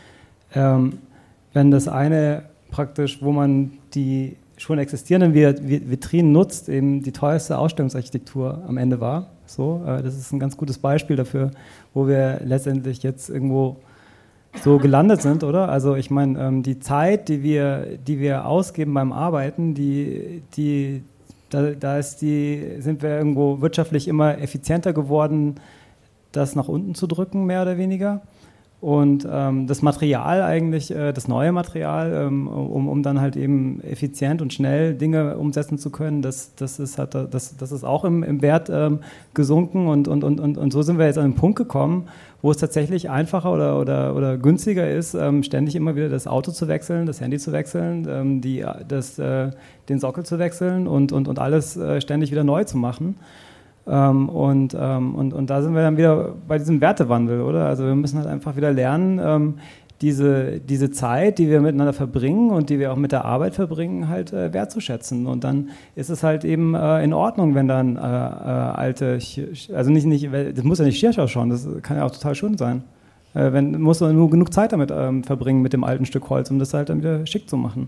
Ähm, Wenn das eine praktisch, wo man die schon existierenden Vitrinen nutzt, eben die teuerste Ausstellungsarchitektur am Ende war. So, das ist ein ganz gutes Beispiel dafür, wo wir letztendlich jetzt irgendwo so gelandet sind, oder? Also ich meine, die Zeit, die wir, die wir ausgeben beim Arbeiten, die, die, da, da ist die, sind wir irgendwo wirtschaftlich immer effizienter geworden, das nach unten zu drücken, mehr oder weniger. Und ähm, das Material eigentlich, äh, das neue Material, ähm, um, um dann halt eben effizient und schnell Dinge umsetzen zu können, das, das, ist, hat, das, das ist auch im, im Wert ähm, gesunken und, und, und, und, und so sind wir jetzt an den Punkt gekommen, wo es tatsächlich einfacher oder, oder, oder günstiger ist, ähm, ständig immer wieder das Auto zu wechseln, das Handy zu wechseln, ähm, die, das, äh, den Sockel zu wechseln und, und, und alles äh, ständig wieder neu zu machen. Ähm, und, ähm, und, und da sind wir dann wieder bei diesem Wertewandel, oder? Also wir müssen halt einfach wieder lernen, ähm, diese, diese Zeit, die wir miteinander verbringen und die wir auch mit der Arbeit verbringen, halt äh, wertzuschätzen. Und dann ist es halt eben äh, in Ordnung, wenn dann äh, äh, alte, also nicht, nicht, das muss ja nicht schier ausschauen, das kann ja auch total schön sein. Äh, wenn, muss man nur genug Zeit damit ähm, verbringen, mit dem alten Stück Holz, um das halt dann wieder schick zu machen.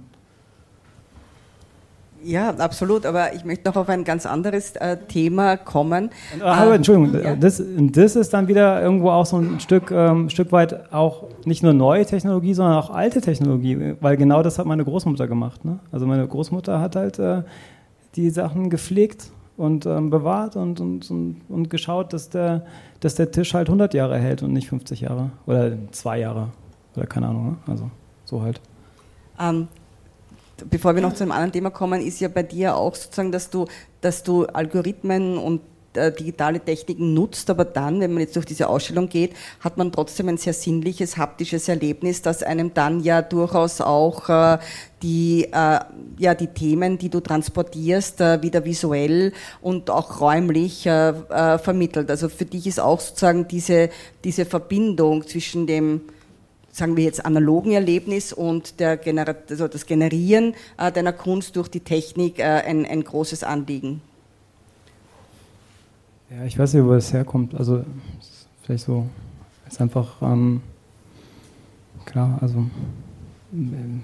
Ja, absolut, aber ich möchte noch auf ein ganz anderes äh, Thema kommen. Aber, äh, Entschuldigung, ja. das, das ist dann wieder irgendwo auch so ein Stück, ähm, Stück weit auch nicht nur neue Technologie, sondern auch alte Technologie, weil genau das hat meine Großmutter gemacht. Ne? Also meine Großmutter hat halt äh, die Sachen gepflegt und ähm, bewahrt und, und, und, und geschaut, dass der, dass der Tisch halt hundert Jahre hält und nicht fünfzig Jahre oder zwei Jahre oder keine Ahnung, ne? Also so halt. Ähm, Bevor wir noch zu einem anderen Thema kommen, ist ja bei dir auch sozusagen, dass du, dass du Algorithmen und äh, digitale Techniken nutzt, aber dann, wenn man jetzt durch diese Ausstellung geht, hat man trotzdem ein sehr sinnliches, haptisches Erlebnis, das einem dann ja durchaus auch äh, die, äh, ja, die Themen, die du transportierst, äh, wieder visuell und auch räumlich äh, äh, vermittelt. Also für dich ist auch sozusagen diese, diese Verbindung zwischen dem sagen wir jetzt, analogen Erlebnis und der Genera- also das Generieren äh, deiner Kunst durch die Technik äh, ein, ein großes Anliegen? Ja, ich weiß nicht, wo es herkommt. Also vielleicht so, ist einfach, ähm, klar, also ähm,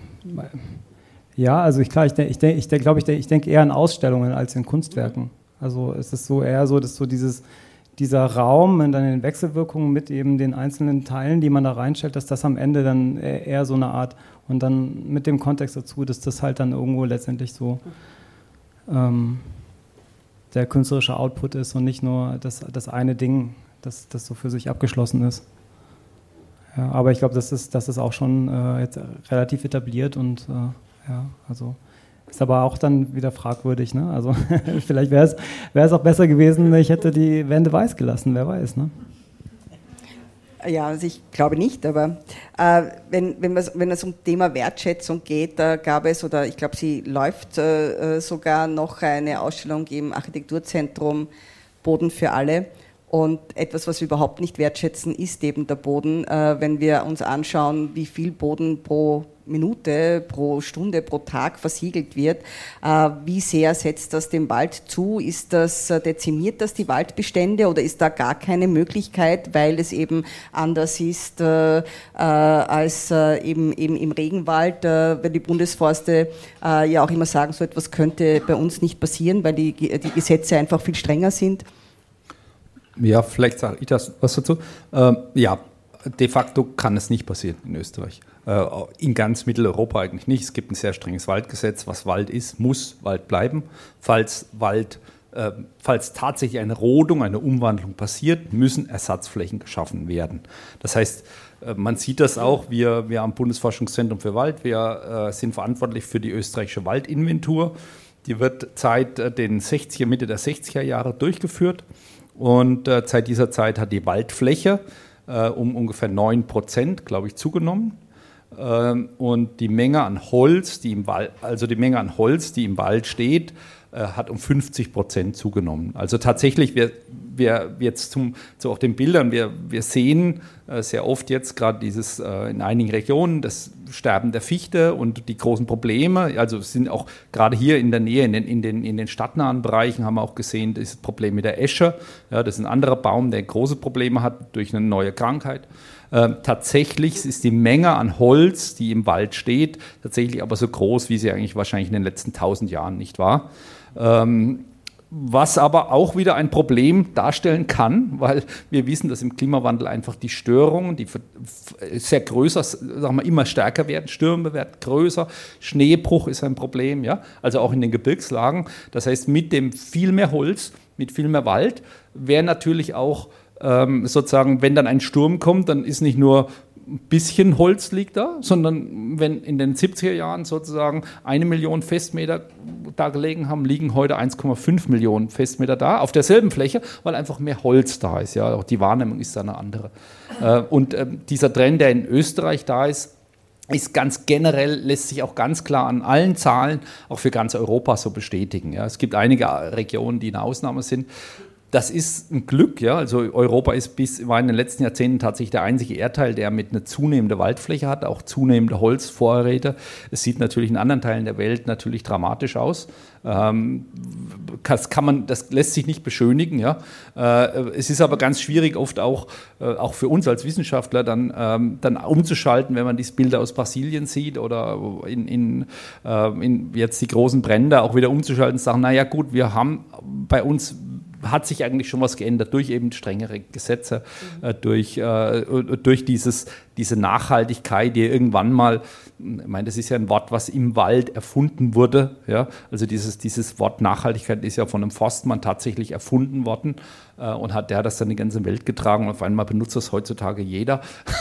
ja, also ich, klar, ich denke, ich denke, ich denke, glaube ich, ich denke eher an Ausstellungen als in Kunstwerken. Also es ist so eher so, dass so dieses, dieser Raum und dann den Wechselwirkungen mit eben den einzelnen Teilen, die man da reinstellt, dass das am Ende dann eher so eine Art, und dann mit dem Kontext dazu, dass das halt dann irgendwo letztendlich so ähm, der künstlerische Output ist und nicht nur das, das eine Ding, das, das so für sich abgeschlossen ist. Ja, aber ich glaube, das ist, das ist auch schon äh, jetzt relativ etabliert und äh, ja, also ist aber auch dann wieder fragwürdig, ne? Also vielleicht wäre es wäre es auch besser gewesen, ich hätte die Wände weiß gelassen, wer weiß, ne? Ja, also ich glaube nicht, aber äh, wenn, wenn, wenn es um Thema Wertschätzung geht, da gab es, oder ich glaube, sie läuft äh, sogar noch eine Ausstellung im Architekturzentrum Boden für alle. Und etwas, was wir überhaupt nicht wertschätzen, ist eben der Boden. Äh, wenn wir uns anschauen, wie viel Boden pro Minute, pro Stunde, pro Tag versiegelt wird, äh, wie sehr setzt das dem Wald zu? Ist das, äh, dezimiert das die Waldbestände oder ist da gar keine Möglichkeit, weil es eben anders ist äh, äh, als äh, eben, eben im Regenwald, äh, weil die Bundesforste äh, ja auch immer sagen, so etwas könnte bei uns nicht passieren, weil die, die Gesetze einfach viel strenger sind? Ja, vielleicht sage ich das was dazu. Ähm, ja, de facto kann es nicht passieren in Österreich. Äh, in ganz Mitteleuropa eigentlich nicht. Es gibt ein sehr strenges Waldgesetz. Was Wald ist, muss Wald bleiben. Falls Wald, äh, falls tatsächlich eine Rodung, eine Umwandlung passiert, müssen Ersatzflächen geschaffen werden. Das heißt, äh, man sieht das auch, wir, wir am Bundesforschungszentrum für Wald, wir äh, sind verantwortlich für die österreichische Waldinventur. Die wird seit äh, den sechziger, Mitte der sechziger Jahre durchgeführt. Und äh, seit dieser Zeit hat die Waldfläche äh, um ungefähr neun Prozent, glaube ich, zugenommen. Ähm, und die Menge an Holz, die im Wald, also die Menge an Holz, die im Wald steht, äh, hat um fünfzig Prozent zugenommen. Also tatsächlich, wir, wir jetzt zum, zu auch den Bildern, wir, wir sehen äh, sehr oft jetzt gerade dieses äh, in einigen Regionen das Sterben der Fichte und die großen Probleme. Also es sind auch gerade hier in der Nähe, in den, in den, in den stadtnahen Bereichen haben wir auch gesehen, das Problem mit der Esche. Ja, das ist ein anderer Baum, der große Probleme hat durch eine neue Krankheit. Ähm, tatsächlich ist die Menge an Holz, die im Wald steht, tatsächlich aber so groß, wie sie eigentlich wahrscheinlich in den letzten tausend Jahren nicht war. Ähm, was aber auch wieder ein Problem darstellen kann, weil wir wissen, dass im Klimawandel einfach die Störungen, die sehr größer, sagen wir, immer stärker werden, Stürme werden größer, Schneebruch ist ein Problem, ja, also auch in den Gebirgslagen. Das heißt, mit dem viel mehr Holz, mit viel mehr Wald, wäre natürlich auch ähm, sozusagen, wenn dann ein Sturm kommt, dann ist nicht nur ein bisschen Holz liegt da, sondern wenn in den siebziger Jahren sozusagen eine Million Festmeter da gelegen haben, liegen heute eins Komma fünf Millionen Festmeter da, auf derselben Fläche, weil einfach mehr Holz da ist. Ja, auch die Wahrnehmung ist da eine andere. Und dieser Trend, der in Österreich da ist, ist ganz generell, lässt sich auch ganz klar an allen Zahlen auch für ganz Europa so bestätigen. Ja, es gibt einige Regionen, die eine Ausnahme sind. Das ist ein Glück, ja. Also Europa ist bis, war in den letzten Jahrzehnten tatsächlich der einzige Erdteil, der mit einer zunehmenden Waldfläche hat, auch zunehmende Holzvorräte. Es sieht natürlich in anderen Teilen der Welt natürlich dramatisch aus. Ähm, das kann man, das lässt sich nicht beschönigen, ja. Äh, es ist aber ganz schwierig, oft auch, äh, auch für uns als Wissenschaftler dann, ähm, dann umzuschalten, wenn man diese Bilder aus Brasilien sieht oder in, in, äh, in jetzt die großen Brände auch wieder umzuschalten und sagen, naja gut, wir haben bei uns hat sich eigentlich schon was geändert durch eben strengere Gesetze, mhm. äh, durch, äh, durch dieses, diese Nachhaltigkeit, die irgendwann mal, ich meine, das ist ja ein Wort, was im Wald erfunden wurde, ja, also dieses, dieses Wort Nachhaltigkeit ist ja von einem Forstmann tatsächlich erfunden worden äh, und hat, der hat das dann die ganze Welt getragen und auf einmal benutzt das heutzutage jeder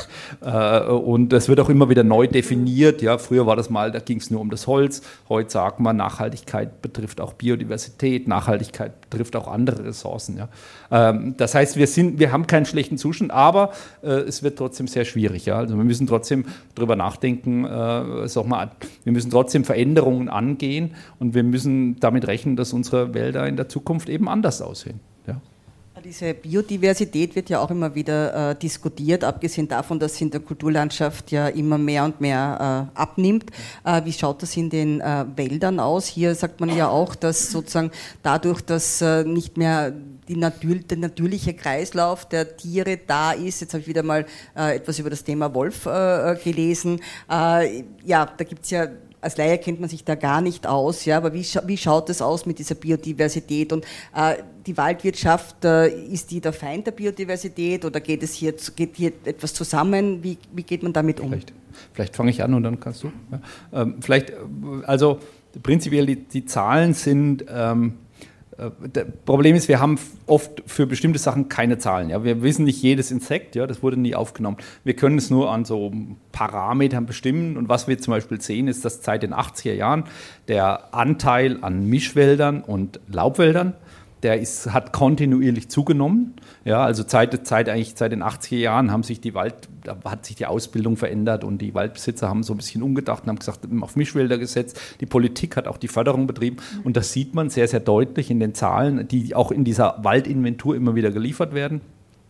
äh, und das wird auch immer wieder neu definiert, ja, früher war das mal, da ging es nur um das Holz, heute sagt man, Nachhaltigkeit betrifft auch Biodiversität, Nachhaltigkeit betrifft auch andere Ressourcen, ja. Ähm, das heißt, wir sind, wir haben keinen schlechten Zustand, aber äh, es wird trotzdem sehr schwierig, ja, also wir müssen trotzdem drüber nachdenken, äh, sag mal, wir müssen trotzdem Veränderungen angehen und wir müssen damit rechnen, dass unsere Wälder in der Zukunft eben anders aussehen. Ja. Diese Biodiversität wird ja auch immer wieder äh, diskutiert, abgesehen davon, dass sie in der Kulturlandschaft ja immer mehr und mehr äh, abnimmt. Äh, wie schaut das in den äh, Wäldern aus? Hier sagt man ja auch, dass sozusagen dadurch, dass äh, nicht mehr die Natur, der natürliche Kreislauf der Tiere da ist, jetzt habe ich wieder mal äh, etwas über das Thema Wolf äh, gelesen, äh, ja, da gibt es ja, als Laie kennt man sich da gar nicht aus, ja, aber wie, scha- wie schaut es aus mit dieser Biodiversität? Und äh, die Waldwirtschaft, äh, ist die der Feind der Biodiversität oder geht es hier, geht hier etwas zusammen? Wie, wie geht man damit um? Vielleicht, vielleicht fange ich an und dann kannst du. Ja. Ähm, vielleicht, also prinzipiell die, die Zahlen sind. Ähm, Das Problem ist, wir haben oft für bestimmte Sachen keine Zahlen. Ja. Wir wissen nicht jedes Insekt, ja, das wurde nie aufgenommen. Wir können es nur an so Parametern bestimmen. Und was wir zum Beispiel sehen, ist, dass seit den achtziger Jahren der Anteil an Mischwäldern und Laubwäldern, der ist, hat kontinuierlich zugenommen. Ja, also seit, seit, eigentlich seit den achtziger Jahren haben sich die Wald, da hat sich die Ausbildung verändert und die Waldbesitzer haben so ein bisschen umgedacht und haben gesagt, auf Mischwälder gesetzt. Die Politik hat auch die Förderung betrieben und das sieht man sehr, sehr deutlich in den Zahlen, die auch in dieser Waldinventur immer wieder geliefert werden.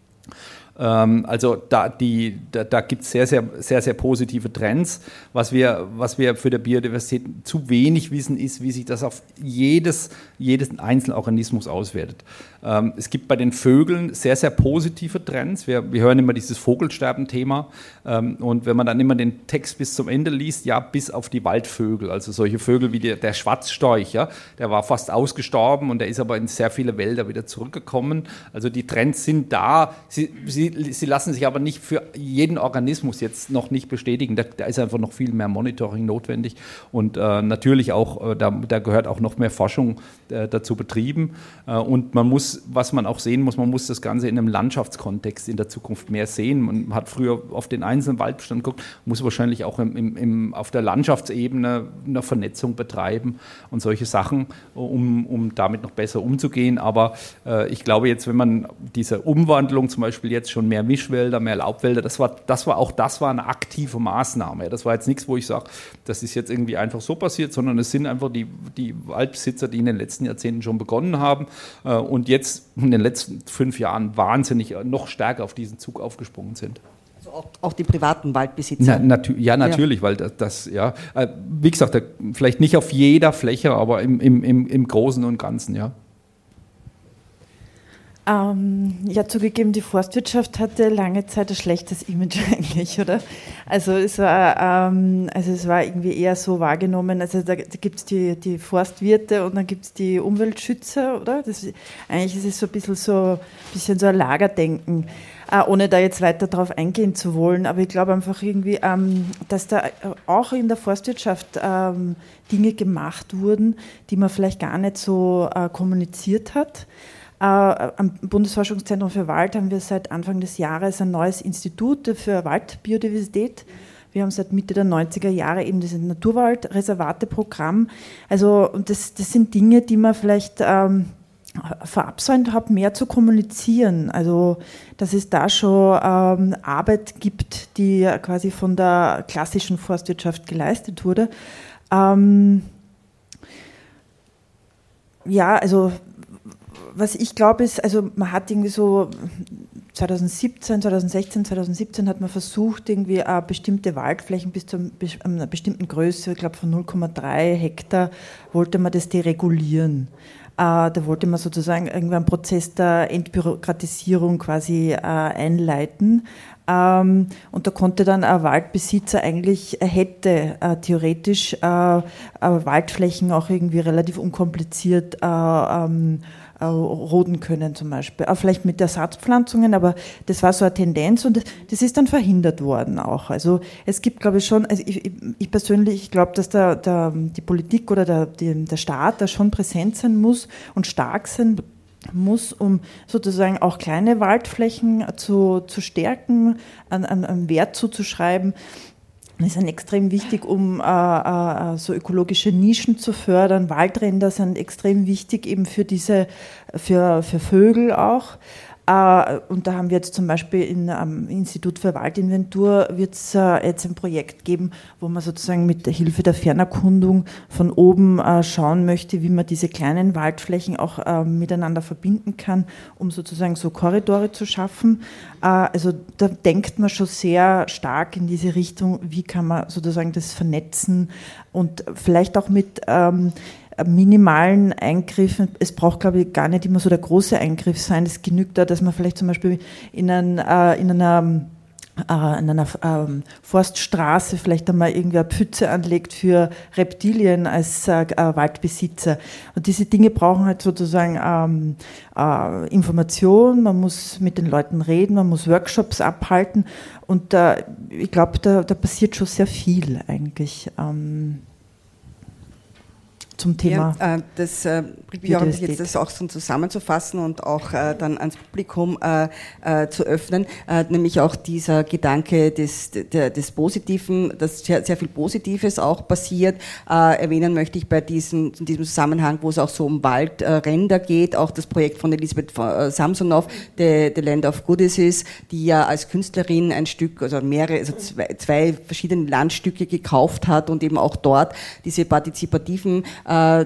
Also da, die, da, da gibt es sehr, sehr, sehr, sehr positive Trends. Was wir, was wir für die Biodiversität zu wenig wissen, ist, wie sich das auf jedes, jedes Einzelorganismus auswertet. Ähm, es gibt bei den Vögeln sehr, sehr positive Trends. Wir, wir hören immer dieses Vogelsterben-Thema. Ähm, und wenn man dann immer den Text bis zum Ende liest, ja, bis auf die Waldvögel, also solche Vögel wie der, der Schwarzstorch, ja, der war fast ausgestorben und der ist aber in sehr viele Wälder wieder zurückgekommen. Also die Trends sind da. Sie, sie Sie lassen sich aber nicht für jeden Organismus jetzt noch nicht bestätigen. Da, da ist einfach noch viel mehr Monitoring notwendig und äh, natürlich auch, äh, da, da gehört auch noch mehr Forschung äh, dazu betrieben. Äh, und man muss, was man auch sehen muss, man muss das Ganze in einem Landschaftskontext in der Zukunft mehr sehen. Man hat früher auf den einzelnen Waldbestand geguckt, muss wahrscheinlich auch im, im, im, auf der Landschaftsebene eine Vernetzung betreiben und solche Sachen, um, um damit noch besser umzugehen. Aber äh, ich glaube jetzt, wenn man diese Umwandlung zum Beispiel jetzt schon mehr Mischwälder, mehr Laubwälder, das war, das war auch das war eine aktive Maßnahme. Das war jetzt nichts, wo ich sage, das ist jetzt irgendwie einfach so passiert, sondern es sind einfach die, die Waldbesitzer, die in den letzten Jahrzehnten schon begonnen haben äh, und jetzt in den letzten fünf Jahren wahnsinnig noch stärker auf diesen Zug aufgesprungen sind. Also auch, auch die privaten Waldbesitzer? Na, natu- ja, natürlich, ja. weil das, das ja, äh, wie gesagt, da, vielleicht nicht auf jeder Fläche, aber im, im, im, im Großen und Ganzen, ja. Ähm, ja, zugegeben, die Forstwirtschaft hatte lange Zeit ein schlechtes Image eigentlich, oder? Also es war, ähm, also es war irgendwie eher so wahrgenommen, also da, da gibt es die, die Forstwirte und dann gibt es die Umweltschützer, oder? Das, eigentlich ist es so ein bisschen so, bisschen so ein Lagerdenken, äh, ohne da jetzt weiter drauf eingehen zu wollen, aber ich glaube einfach irgendwie, ähm, dass da auch in der Forstwirtschaft ähm, Dinge gemacht wurden, die man vielleicht gar nicht so äh, kommuniziert hat. Uh, am Bundesforschungszentrum für Wald haben wir seit Anfang des Jahres ein neues Institut für Waldbiodiversität. Wir haben seit Mitte der neunziger Jahre eben dieses Naturwaldreservate-Programm. Also und das, das sind Dinge, die man vielleicht ähm, verabsäumt hat, mehr zu kommunizieren. Also dass es da schon ähm, Arbeit gibt, die quasi von der klassischen Forstwirtschaft geleistet wurde. Ähm, ja, also was ich glaube ist, also man hat irgendwie so zwanzig siebzehn, zwanzig sechzehn, zwanzig siebzehn hat man versucht, irgendwie äh, bestimmte Waldflächen bis zu einer bestimmten Größe, ich glaube von null Komma drei Hektar, wollte man das deregulieren. Äh, da wollte man sozusagen irgendwie einen Prozess der Entbürokratisierung quasi äh, einleiten. Ähm, und da konnte dann ein Waldbesitzer eigentlich, er hätte äh, theoretisch äh, äh, Waldflächen auch irgendwie relativ unkompliziert äh, ähm, roden können zum Beispiel, auch vielleicht mit Ersatzpflanzungen, aber das war so eine Tendenz und das ist dann verhindert worden auch. Also es gibt, glaube ich, schon, also ich, ich persönlich glaube, dass der, der, die Politik oder der, die, der Staat da schon präsent sein muss und stark sein muss, um sozusagen auch kleine Waldflächen zu, zu stärken, einen, einen Wert zuzuschreiben. Das ist extrem wichtig, um äh, äh, so ökologische Nischen zu fördern. Waldränder sind extrem wichtig eben für diese, für, für Vögel auch. Äh, und da haben wir jetzt zum Beispiel in, am Institut für Waldinventur wird es äh, jetzt ein Projekt geben, wo man sozusagen mit der Hilfe der Fernerkundung von oben äh, schauen möchte, wie man diese kleinen Waldflächen auch äh, miteinander verbinden kann, um sozusagen so Korridore zu schaffen. Äh, also da denkt man schon sehr stark in diese Richtung, wie kann man sozusagen das vernetzen und vielleicht auch mit ähm, minimalen Eingriffen. Es braucht, glaube ich, gar nicht immer so der große Eingriff sein. Es genügt da, dass man vielleicht zum Beispiel in, ein, äh, in einer, äh, in einer äh, Forststraße vielleicht einmal irgendwie eine Pfütze anlegt für Reptilien als äh, äh, Waldbesitzer. Und diese Dinge brauchen halt sozusagen ähm, äh, Information, man muss mit den Leuten reden, man muss Workshops abhalten und äh, ich glaube, da, da passiert schon sehr viel eigentlich. Ähm, zum Thema. Ja, äh, das äh, bringt mich auch jetzt das auch so zusammenzufassen und auch äh, dann ans Publikum äh, äh, zu öffnen, äh, nämlich auch dieser Gedanke des, der, des Positiven, dass sehr, sehr viel Positives auch passiert. Äh, erwähnen möchte ich bei diesem, in diesem Zusammenhang, wo es auch so um Waldränder äh, geht, auch das Projekt von Elisabeth äh, Samsonow, The, The Land of Goddesses, die ja als Künstlerin ein Stück, also mehrere, also zwei, zwei verschiedene Landstücke gekauft hat und eben auch dort diese partizipativen Äh,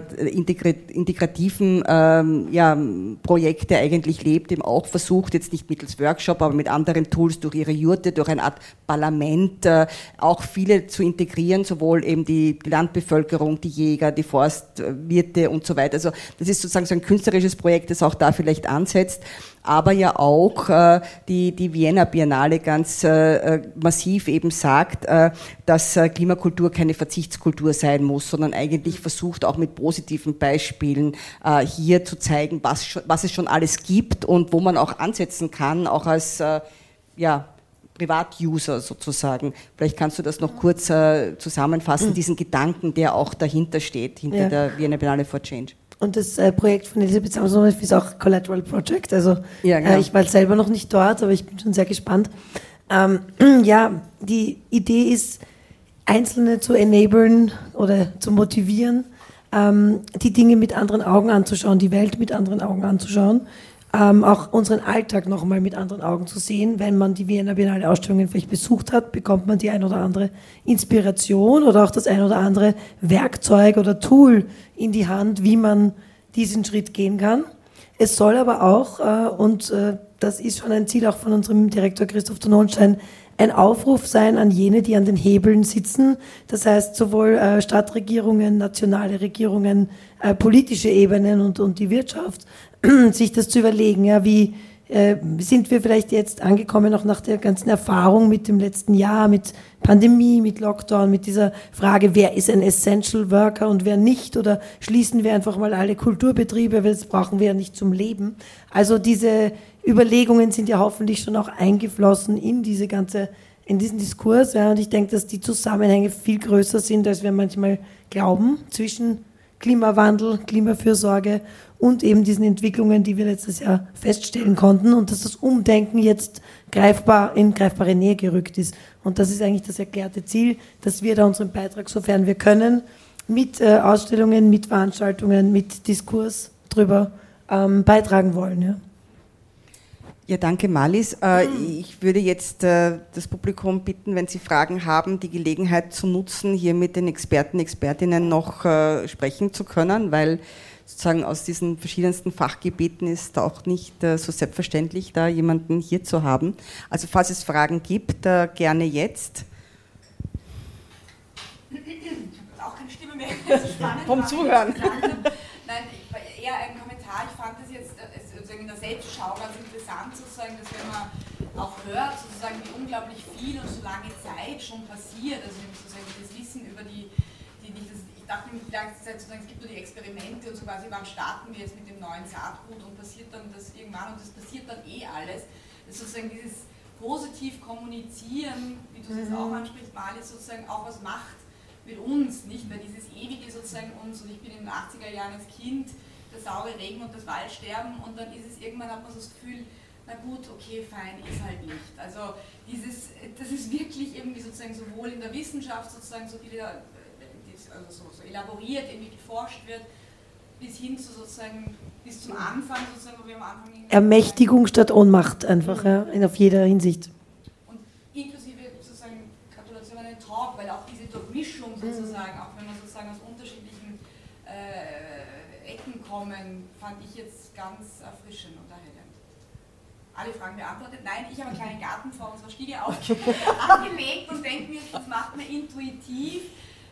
integrativen ähm, ja, Projekte eigentlich lebt, eben auch versucht, jetzt nicht mittels Workshop, aber mit anderen Tools, durch ihre Jurte, durch eine Art Parlament, äh, auch viele zu integrieren, sowohl eben die Landbevölkerung, die Jäger, die Forstwirte und so weiter. Also das ist sozusagen so ein künstlerisches Projekt, das auch da vielleicht ansetzt, aber ja auch äh, die, die Vienna Biennale ganz äh, massiv eben sagt, äh, dass äh, Klimakultur keine Verzichtskultur sein muss, sondern eigentlich versucht auch mit positiven Beispielen äh, hier zu zeigen, was, schon, was es schon alles gibt und wo man auch ansetzen kann, auch als äh, ja, Privatuser sozusagen. Vielleicht kannst du das noch kurz äh, zusammenfassen, mhm. diesen Gedanken, der auch dahinter steht, hinter ja. der Vienna Biennale for Change. Und das äh, Projekt von Elisabeth Samsonow ist auch Collateral Project, also ja, genau. äh, ich war selber noch nicht dort, aber ich bin schon sehr gespannt. Ähm, ja, die Idee ist, Einzelne zu enablen oder zu motivieren, ähm, die Dinge mit anderen Augen anzuschauen, die Welt mit anderen Augen anzuschauen, ähm, auch unseren Alltag nochmal mit anderen Augen zu sehen. Wenn man die Vienna Biennale Ausstellungen vielleicht besucht hat, bekommt man die ein oder andere Inspiration oder auch das ein oder andere Werkzeug oder Tool in die Hand, wie man diesen Schritt gehen kann. Es soll aber auch, äh, und äh, das ist schon ein Ziel auch von unserem Direktor Christoph von Hohenstein, ein Aufruf sein an jene, die an den Hebeln sitzen. Das heißt, sowohl äh, Stadtregierungen, nationale Regierungen, äh, politische Ebenen und, und die Wirtschaft, sich das zu überlegen, ja, wie äh, sind wir vielleicht jetzt angekommen, auch nach der ganzen Erfahrung mit dem letzten Jahr, mit Pandemie, mit Lockdown, mit dieser Frage, wer ist ein Essential Worker und wer nicht, oder schließen wir einfach mal alle Kulturbetriebe, weil das brauchen wir ja nicht zum Leben. Also diese Überlegungen sind ja hoffentlich schon auch eingeflossen in diese ganze, in diesen Diskurs, ja, und ich denke, dass die Zusammenhänge viel größer sind, als wir manchmal glauben, zwischen Klimawandel, Klimafürsorge und eben diesen Entwicklungen, die wir letztes Jahr feststellen konnten, und dass das Umdenken jetzt greifbar in greifbare Nähe gerückt ist. Und das ist eigentlich das erklärte Ziel, dass wir da unseren Beitrag, sofern wir können, mit äh, Ausstellungen, mit Veranstaltungen, mit Diskurs drüber ähm, beitragen wollen. Ja. Ja, danke Marlies. Äh, ich würde jetzt äh, das Publikum bitten, wenn Sie Fragen haben, die Gelegenheit zu nutzen, hier mit den Experten, Expertinnen noch äh, sprechen zu können, weil sozusagen aus diesen verschiedensten Fachgebieten ist auch nicht äh, so selbstverständlich, da jemanden hier zu haben. Also falls es Fragen gibt, äh, gerne jetzt. Ich habe auch keine Stimme mehr. Das ist spannend, vom Zuhören. Nein, eher ein Kommentar. Ich fand das jetzt sozusagen in der Selbstschau ganz interessant, sozusagen, dass wenn man auch hört, sozusagen, wie unglaublich viel und so lange Zeit schon passiert, also sozusagen das Wissen über die, die, die das, ich dachte mir die ganze Zeit, sozusagen, es gibt nur die Experimente und so quasi, wann starten wir jetzt mit dem neuen Saatgut und passiert dann das irgendwann und das passiert dann eh alles. Das ist sozusagen dieses positiv kommunizieren, wie du es jetzt auch ansprichst, Marlies, sozusagen auch was macht mit uns, nicht? Weil dieses ewige sozusagen uns, und ich bin in den achtziger Jahren als Kind, der saure Regen und das Waldsterben, und dann ist es irgendwann, hat man so das Gefühl, na gut, okay, fein, ist halt nicht. Also dieses, das ist wirklich irgendwie sozusagen sowohl in der Wissenschaft sozusagen so viele, also so, so elaboriert, irgendwie geforscht wird, bis hin zu sozusagen bis zum Anfang sozusagen, wo wir am Anfang... Ermächtigung statt Ohnmacht einfach, ja, in auf jeder Hinsicht. Und inklusive sozusagen Gratulation an den Talk, weil auch diese Durchmischung sozusagen, auch wenn man sozusagen aus unterschiedlichen äh, Ecken kommen, fand ich jetzt ganz erfrischend und erhellend. Alle Fragen beantwortet. Nein, ich habe einen kleinen Garten vor unserer Stiege angelegt und denke mir, das macht mir intuitiv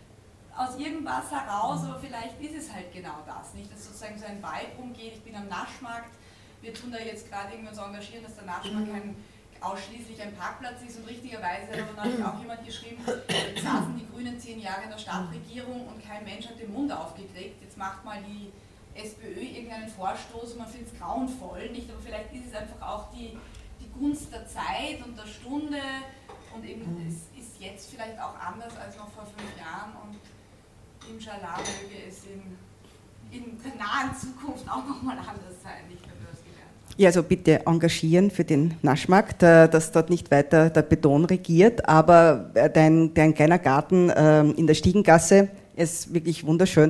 aus irgendwas heraus, aber vielleicht ist es halt genau das, nicht, dass sozusagen so ein Vibe rumgeht. Ich bin am Naschmarkt, wir tun da jetzt gerade irgendwie uns engagieren, dass der Naschmarkt kein, ausschließlich ein Parkplatz ist und richtigerweise hat aber auch jemand geschrieben, jetzt saßen die Grünen zehn Jahre in der Stadtregierung und kein Mensch hat den Mund aufgekriegt, jetzt macht mal die SPÖ irgendeinen Vorstoß und man findet es grauenvoll, nicht, aber vielleicht ist es einfach auch die, die Gunst der Zeit und der Stunde und eben es ist jetzt vielleicht auch anders als noch vor fünf Jahren und Inshallah möge es in, in der nahen Zukunft auch nochmal anders sein, nicht mehr das gelernt. Ja, also bitte engagieren für den Naschmarkt, dass dort nicht weiter der Beton regiert, aber dein, dein kleiner Garten in der Stiegengasse ist wirklich wunderschön.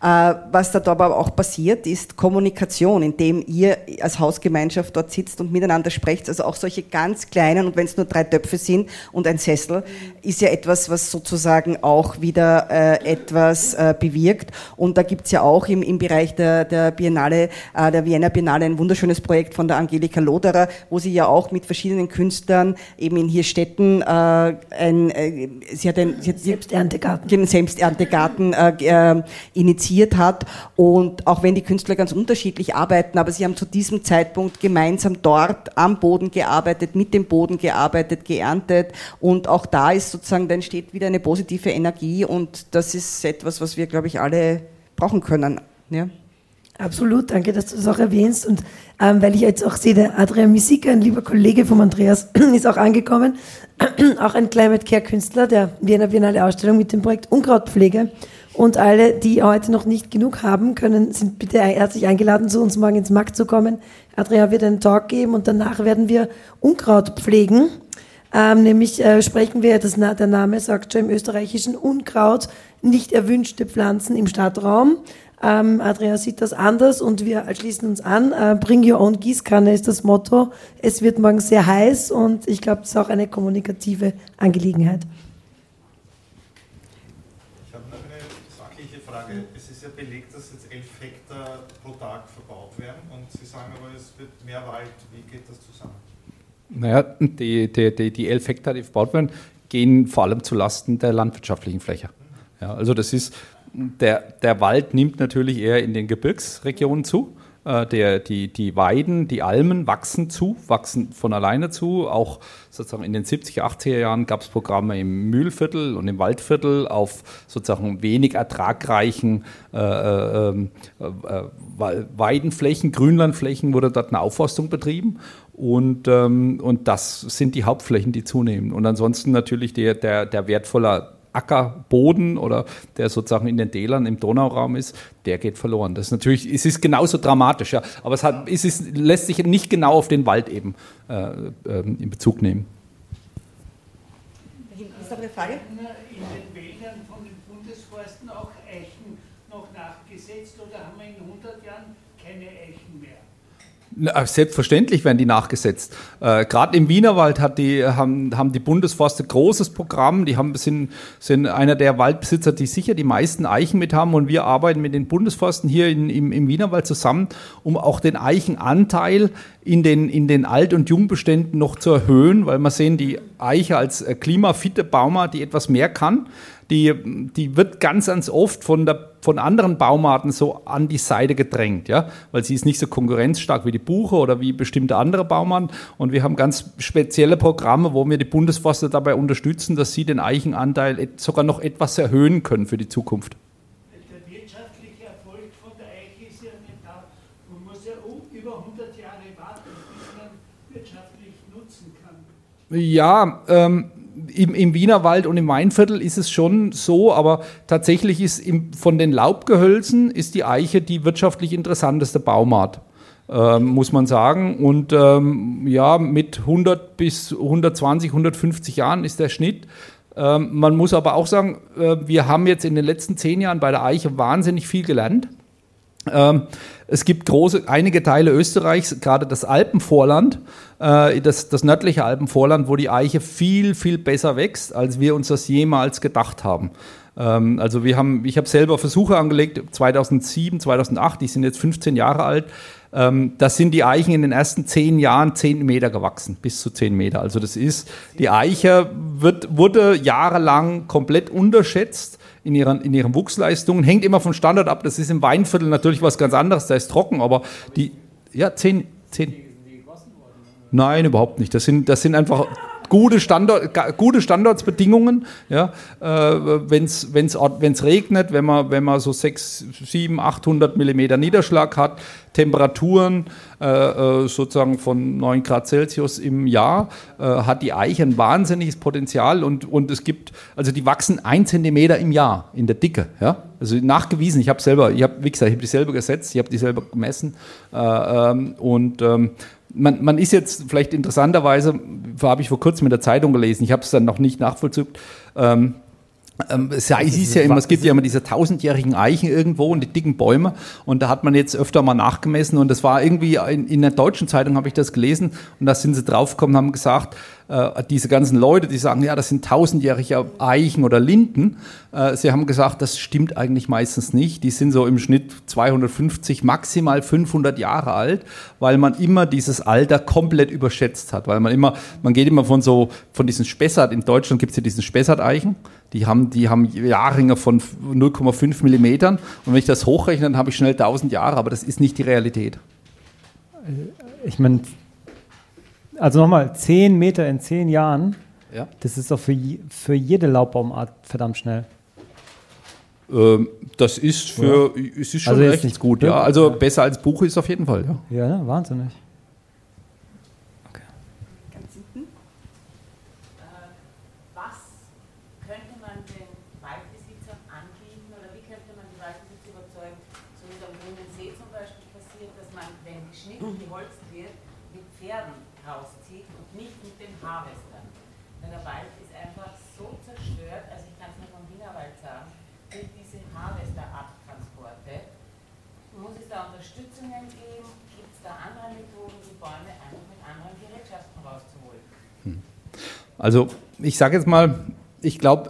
Was da aber auch passiert, ist Kommunikation, indem ihr als Hausgemeinschaft dort sitzt und miteinander sprecht. Also auch solche ganz kleinen, und wenn es nur drei Töpfe sind und ein Sessel, ist ja etwas, was sozusagen auch wieder äh, etwas äh, bewirkt. Und da gibt's ja auch im, im Bereich der, der Biennale, äh, der Vienna Biennale, ein wunderschönes Projekt von der Angelika Loderer, wo sie ja auch mit verschiedenen Künstlern eben in Hirstetten äh, ein, äh, sie hat ein, sie hat, Selbsterntegarten. Den Selbsterntegarten Äh, initiiert hat, und auch wenn die Künstler ganz unterschiedlich arbeiten, aber sie haben zu diesem Zeitpunkt gemeinsam dort am Boden gearbeitet, mit dem Boden gearbeitet, geerntet, und auch da ist sozusagen, da entsteht wieder eine positive Energie, und das ist etwas, was wir, glaube ich, alle brauchen können. Ja. Absolut, danke, dass du das auch erwähnst, und ähm, weil ich jetzt auch sehe, der Adrian Misika, ein lieber Kollege von Andreas, ist auch angekommen, auch ein Climate Care Künstler der Vienna Biennale Ausstellung mit dem Projekt Unkrautpflege, und alle, die heute noch nicht genug haben, können, sind bitte herzlich eingeladen, zu uns morgen ins M A C zu kommen. Adrian wird einen Talk geben und danach werden wir Unkraut pflegen. Ähm, nämlich äh, sprechen wir, das, der Name sagt schon im österreichischen, Unkraut, nicht erwünschte Pflanzen im Stadtraum. Ähm, Adrian sieht das anders und wir schließen uns an. Äh, Bring your own Gießkanne ist das Motto. Es wird morgen sehr heiß und ich glaube, das ist auch eine kommunikative Angelegenheit. Ich habe noch eine sachliche Frage. Es ist ja belegt, dass jetzt elf Hektar pro Tag verbaut werden und Sie sagen aber, es wird mehr Wald. Wie geht das zusammen? Naja, die, die, die, die elf Hektar, die verbaut werden, gehen vor allem zulasten der landwirtschaftlichen Fläche. Ja, also das ist, der, der Wald nimmt natürlich eher in den Gebirgsregionen zu. Äh, der, die, die Weiden, die Almen wachsen zu, wachsen von alleine zu. Auch sozusagen in den siebziger, achtziger Jahren gab es Programme im Mühlviertel und im Waldviertel auf sozusagen wenig ertragreichen äh, äh, äh, Weidenflächen, Grünlandflächen wurde dort eine Aufforstung betrieben. Und, ähm, und das sind die Hauptflächen, die zunehmen. Und ansonsten natürlich der, der, der wertvolle Ackerboden oder der sozusagen in den Tälern im Donauraum ist, der geht verloren. Das ist natürlich, es ist genauso dramatisch, ja, aber es, hat, es ist, lässt sich nicht genau auf den Wald eben äh, äh, in Bezug nehmen. Ist noch eine Frage? In den Wäldern von den Bundesforsten auch Eichen noch nachgesetzt oder haben wir in hundert Jahren keine Eichen mehr? Selbstverständlich werden die nachgesetzt. Äh, Gerade im Wienerwald hat die, haben, haben die Bundesforste großes Programm. Die haben, sind, sind einer der Waldbesitzer, die sicher die meisten Eichen mit haben. Und wir arbeiten mit den Bundesforsten hier in, im, im Wienerwald zusammen, um auch den Eichenanteil in den, in den Alt- und Jungbeständen noch zu erhöhen, weil wir sehen, die Eiche als klimafitte Baumart, die etwas mehr kann, die, die wird ganz, ganz oft von, der, von anderen Baumarten so an die Seite gedrängt, ja? Weil sie ist nicht so konkurrenzstark wie die Buche oder wie bestimmte andere Baumarten. Und wir haben ganz spezielle Programme, wo wir die Bundesforste dabei unterstützen, dass sie den Eichenanteil sogar noch etwas erhöhen können für die Zukunft. Der wirtschaftliche Erfolg von der Eiche ist ja nicht da. Man muss ja über hundert Jahre warten, bis man wirtschaftlich nutzen kann. Ja, ähm, Im, im Wienerwald und im Weinviertel ist es schon so, aber tatsächlich ist im, von den Laubgehölzen ist die Eiche die wirtschaftlich interessanteste Baumart, ähm, muss man sagen. Und ähm, ja, mit hundert bis hundertzwanzig, hundertfünfzig Jahren ist der Schnitt. Ähm, man muss aber auch sagen, äh, wir haben jetzt in den letzten zehn Jahren bei der Eiche wahnsinnig viel gelernt. Ähm, es gibt große, einige Teile Österreichs, gerade das Alpenvorland, äh, das, das nördliche Alpenvorland, wo die Eiche viel, viel besser wächst, als wir uns das jemals gedacht haben. Ähm, also wir haben, ich habe selber Versuche angelegt, zweitausendsieben, zweitausendacht, die sind jetzt fünfzehn Jahre alt. Ähm, das sind die Eichen in den ersten zehn Jahren zehn Meter gewachsen, bis zu zehn Meter. Also das ist, die Eiche wird, wurde jahrelang komplett unterschätzt in ihren, in ihren Wuchsleistungen. Hängt immer vom Standort ab. Das ist im Weinviertel natürlich was ganz anderes. Da ist trocken, aber die, ja, zehn, zehn. Nein, überhaupt nicht. Das sind, das sind einfach gute, Standort, gute Standortsbedingungen. Ja, äh, wenn es wenn's, wenn's regnet, wenn man, wenn man so sechs, sieben, achthundert Millimeter Niederschlag hat, Temperaturen äh, sozusagen von neun Grad Celsius im Jahr, äh, hat die Eiche ein wahnsinniges Potenzial und, und es gibt, also die wachsen ein Zentimeter im Jahr in der Dicke. Ja? Also nachgewiesen, ich habe selber, ich habe, wie gesagt, ich habe die selber gesetzt, ich habe die selber gemessen äh, ähm, und ähm, Man, man ist jetzt vielleicht interessanterweise, habe ich vor kurzem in der Zeitung gelesen, ich habe es dann noch nicht nachvollzogen, ähm, ähm, es, ja, es, ist ja immer, es gibt ja immer diese tausendjährigen Eichen irgendwo und die dicken Bäume und da hat man jetzt öfter mal nachgemessen und das war irgendwie, in, in der deutschen Zeitung habe ich das gelesen und da sind sie draufgekommen, haben gesagt, äh, diese ganzen Leute, die sagen, ja, das sind tausendjährige Eichen oder Linden, äh, sie haben gesagt, das stimmt eigentlich meistens nicht, die sind so im Schnitt zweihundertfünfzig, maximal fünfhundert Jahre alt, weil man immer dieses Alter komplett überschätzt hat, weil man immer, man geht immer von so, von diesen Spessart, in Deutschland gibt es ja diesen Spessart-Eichen, die haben, die haben Jahrringe von null Komma fünf Millimetern und wenn ich das hochrechne, dann habe ich schnell tausend Jahre, aber das ist nicht die Realität. Ich meine, also nochmal, zehn Meter in zehn Jahren, ja. Das ist doch für, für jede Laubbaumart verdammt schnell. Ähm, das ist für, ja. Es ist schon also recht gut, ja. Also ja. Besser als Buche ist auf jeden Fall, ja. Ja, ja, wahnsinnig. Also ich sage jetzt mal, ich glaube,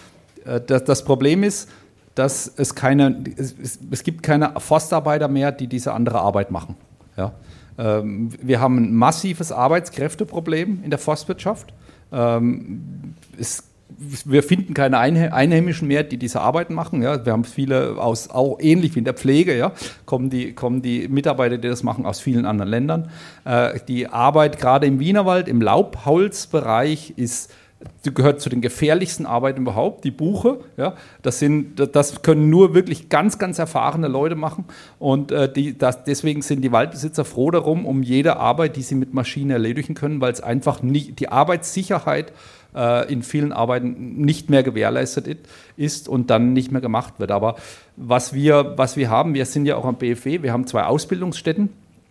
dass das Problem ist, dass es keine, es, es gibt keine Forstarbeiter mehr, die diese andere Arbeit machen. Ja? Ähm, wir haben ein massives Arbeitskräfteproblem in der Forstwirtschaft. Ähm, es, wir finden keine Einheimischen mehr, die diese Arbeiten machen. Ja? Wir haben viele aus, auch ähnlich wie in der Pflege, ja? kommen, die, kommen die Mitarbeiter, die das machen, aus vielen anderen Ländern. Äh, die Arbeit gerade im Wienerwald, im Laubholzbereich ist gehört zu den gefährlichsten Arbeiten überhaupt, die Buche. Ja, das, sind, das können nur wirklich ganz, ganz erfahrene Leute machen. Und äh, die, das, deswegen sind die Waldbesitzer froh darum, um jede Arbeit, die sie mit Maschinen erledigen können, weil es einfach nicht, die Arbeitssicherheit äh, in vielen Arbeiten nicht mehr gewährleistet ist und dann nicht mehr gemacht wird. Aber was wir, was wir haben, wir sind ja auch am B F W, wir haben zwei Ausbildungsstätten,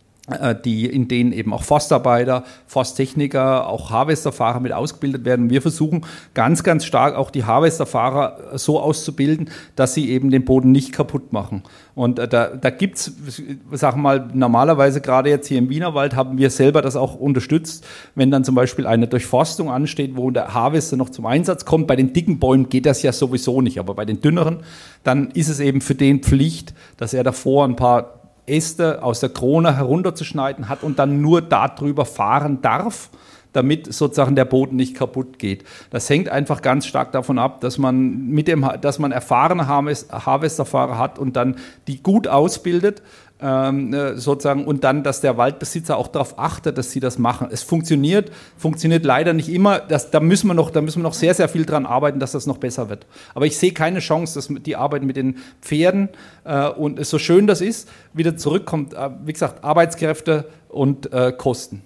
die, in denen eben auch Forstarbeiter, Forsttechniker, auch Harvesterfahrer mit ausgebildet werden. Wir versuchen ganz, ganz stark auch die Harvesterfahrer so auszubilden, dass sie eben den Boden nicht kaputt machen. Und da, da gibt es, sagen wir mal, normalerweise gerade jetzt hier im Wienerwald haben wir selber das auch unterstützt, wenn dann zum Beispiel eine Durchforstung ansteht, wo der Harvester noch zum Einsatz kommt. Bei den dicken Bäumen geht das ja sowieso nicht, aber bei den dünneren, dann ist es eben für den Pflicht, dass er davor ein paar Äste aus der Krone herunterzuschneiden hat und dann nur darüber fahren darf, damit sozusagen der Boden nicht kaputt geht. Das hängt einfach ganz stark davon ab, dass man mit dem, dass man erfahrene Harvesterfahrer hat und dann die gut ausbildet, ähm, sozusagen, und dann, dass der Waldbesitzer auch darauf achtet, dass sie das machen. Es funktioniert, funktioniert leider nicht immer. Das, da müssen wir noch, da müssen wir noch sehr, sehr viel dran arbeiten, dass das noch besser wird. Aber ich sehe keine Chance, dass die Arbeit mit den Pferden äh, und so schön das ist, wieder zurückkommt. Äh, wie gesagt, Arbeitskräfte und äh, Kosten.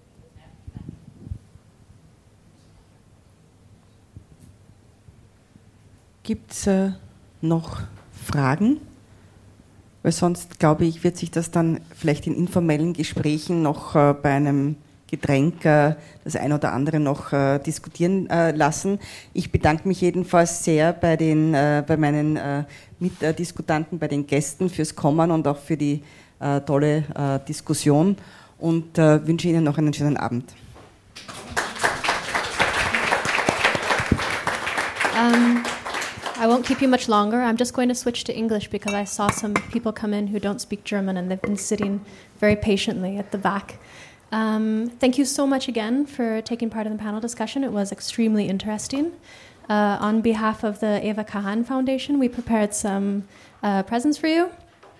Gibt es äh, noch Fragen? Weil sonst, glaube ich, wird sich das dann vielleicht in informellen Gesprächen noch äh, bei einem Getränk äh, das ein oder andere noch äh, diskutieren äh, lassen. Ich bedanke mich jedenfalls sehr bei, den, äh, bei meinen äh, Mitdiskutanten, bei den Gästen fürs Kommen und auch für die äh, tolle äh, Diskussion und äh, wünsche Ihnen noch einen schönen Abend. Um, I won't keep you much longer. I'm just going to switch to English because I saw some people come in who don't speak German and they've been sitting very patiently at the back. Um, thank you so much again for taking part in the panel discussion. It was extremely interesting. Uh, on behalf of the Eva Kahan Foundation, we prepared some uh, presents for you.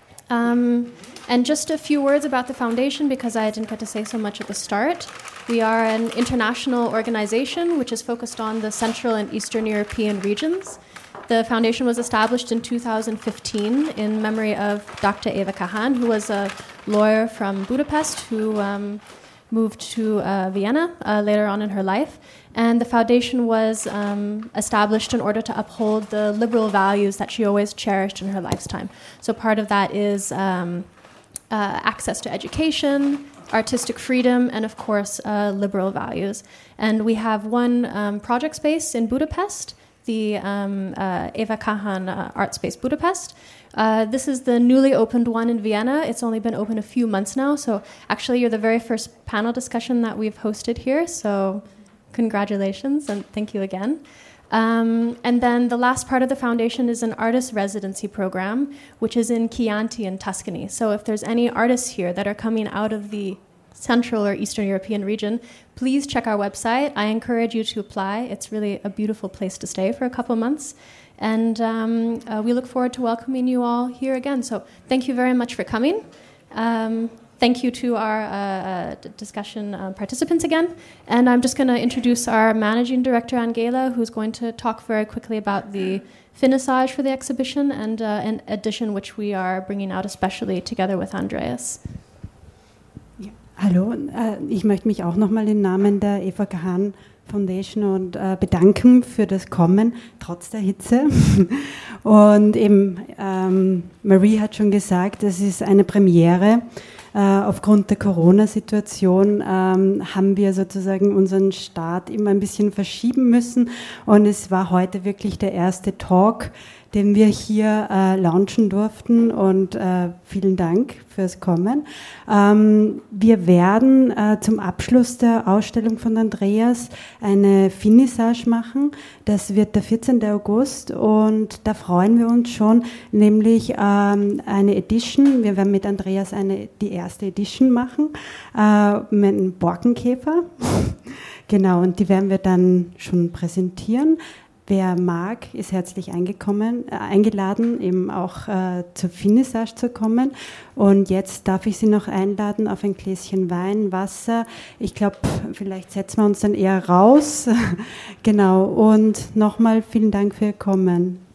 Um, and just a few words about the foundation because I didn't get to say so much at the start. We are an international organization which is focused on the Central and Eastern European regions. The foundation was established in two thousand fifteen in memory of Doctor Eva Kahan, who was a lawyer from Budapest who um, moved to uh, Vienna uh, later on in her life. And the foundation was um, established in order to uphold the liberal values that she always cherished in her lifetime. So part of that is um, uh, access to education, artistic freedom, and of course, uh, liberal values. And we have one um, project space in Budapest, the um, uh, Eva Kahan uh, Art Space Budapest. Uh, this is the newly opened one in Vienna. It's only been open a few months now, so actually you're the very first panel discussion that we've hosted here, so congratulations and thank you again. Um, and then the last part of the foundation is an artist residency program, which is in Chianti in Tuscany. So if there's any artists here that are coming out of the Central or Eastern European region, please check our website. I encourage you to apply. It's really a beautiful place to stay for a couple months. And um, uh, we look forward to welcoming you all here again. So thank you very much for coming. Um, thank you to our uh, d- discussion uh, participants again. And I'm just going to introduce our managing director, Angela, who's going to talk very quickly about the finissage for the exhibition and uh, an edition which we are bringing out especially together with Andreas. Ja, hallo, ich möchte mich auch nochmal im Namen der Eva Kahan Foundation und äh, bedanken für das Kommen, trotz der Hitze. Und eben, ähm, Marie hat schon gesagt, es ist eine Premiere. Äh, aufgrund der Corona-Situation ähm, haben wir sozusagen unseren Start immer ein bisschen verschieben müssen. Und es war heute wirklich der erste Talk, den wir hier äh, launchen durften, und äh, vielen Dank fürs Kommen. Ähm, wir werden äh, zum Abschluss der Ausstellung von Andreas eine Finissage machen. Das wird der vierzehnten August und da freuen wir uns schon, nämlich ähm, eine Edition. Wir werden mit Andreas eine, die erste Edition machen, äh, mit einem Borkenkäfer. Genau, und die werden wir dann schon präsentieren. Wer mag, ist herzlich eingekommen, äh, eingeladen, eben auch äh, zur Finissage zu kommen. Und jetzt darf ich Sie noch einladen auf ein Gläschen Wein, Wasser. Ich glaube, vielleicht setzen wir uns dann eher raus. Genau, und nochmal vielen Dank für Ihr Kommen.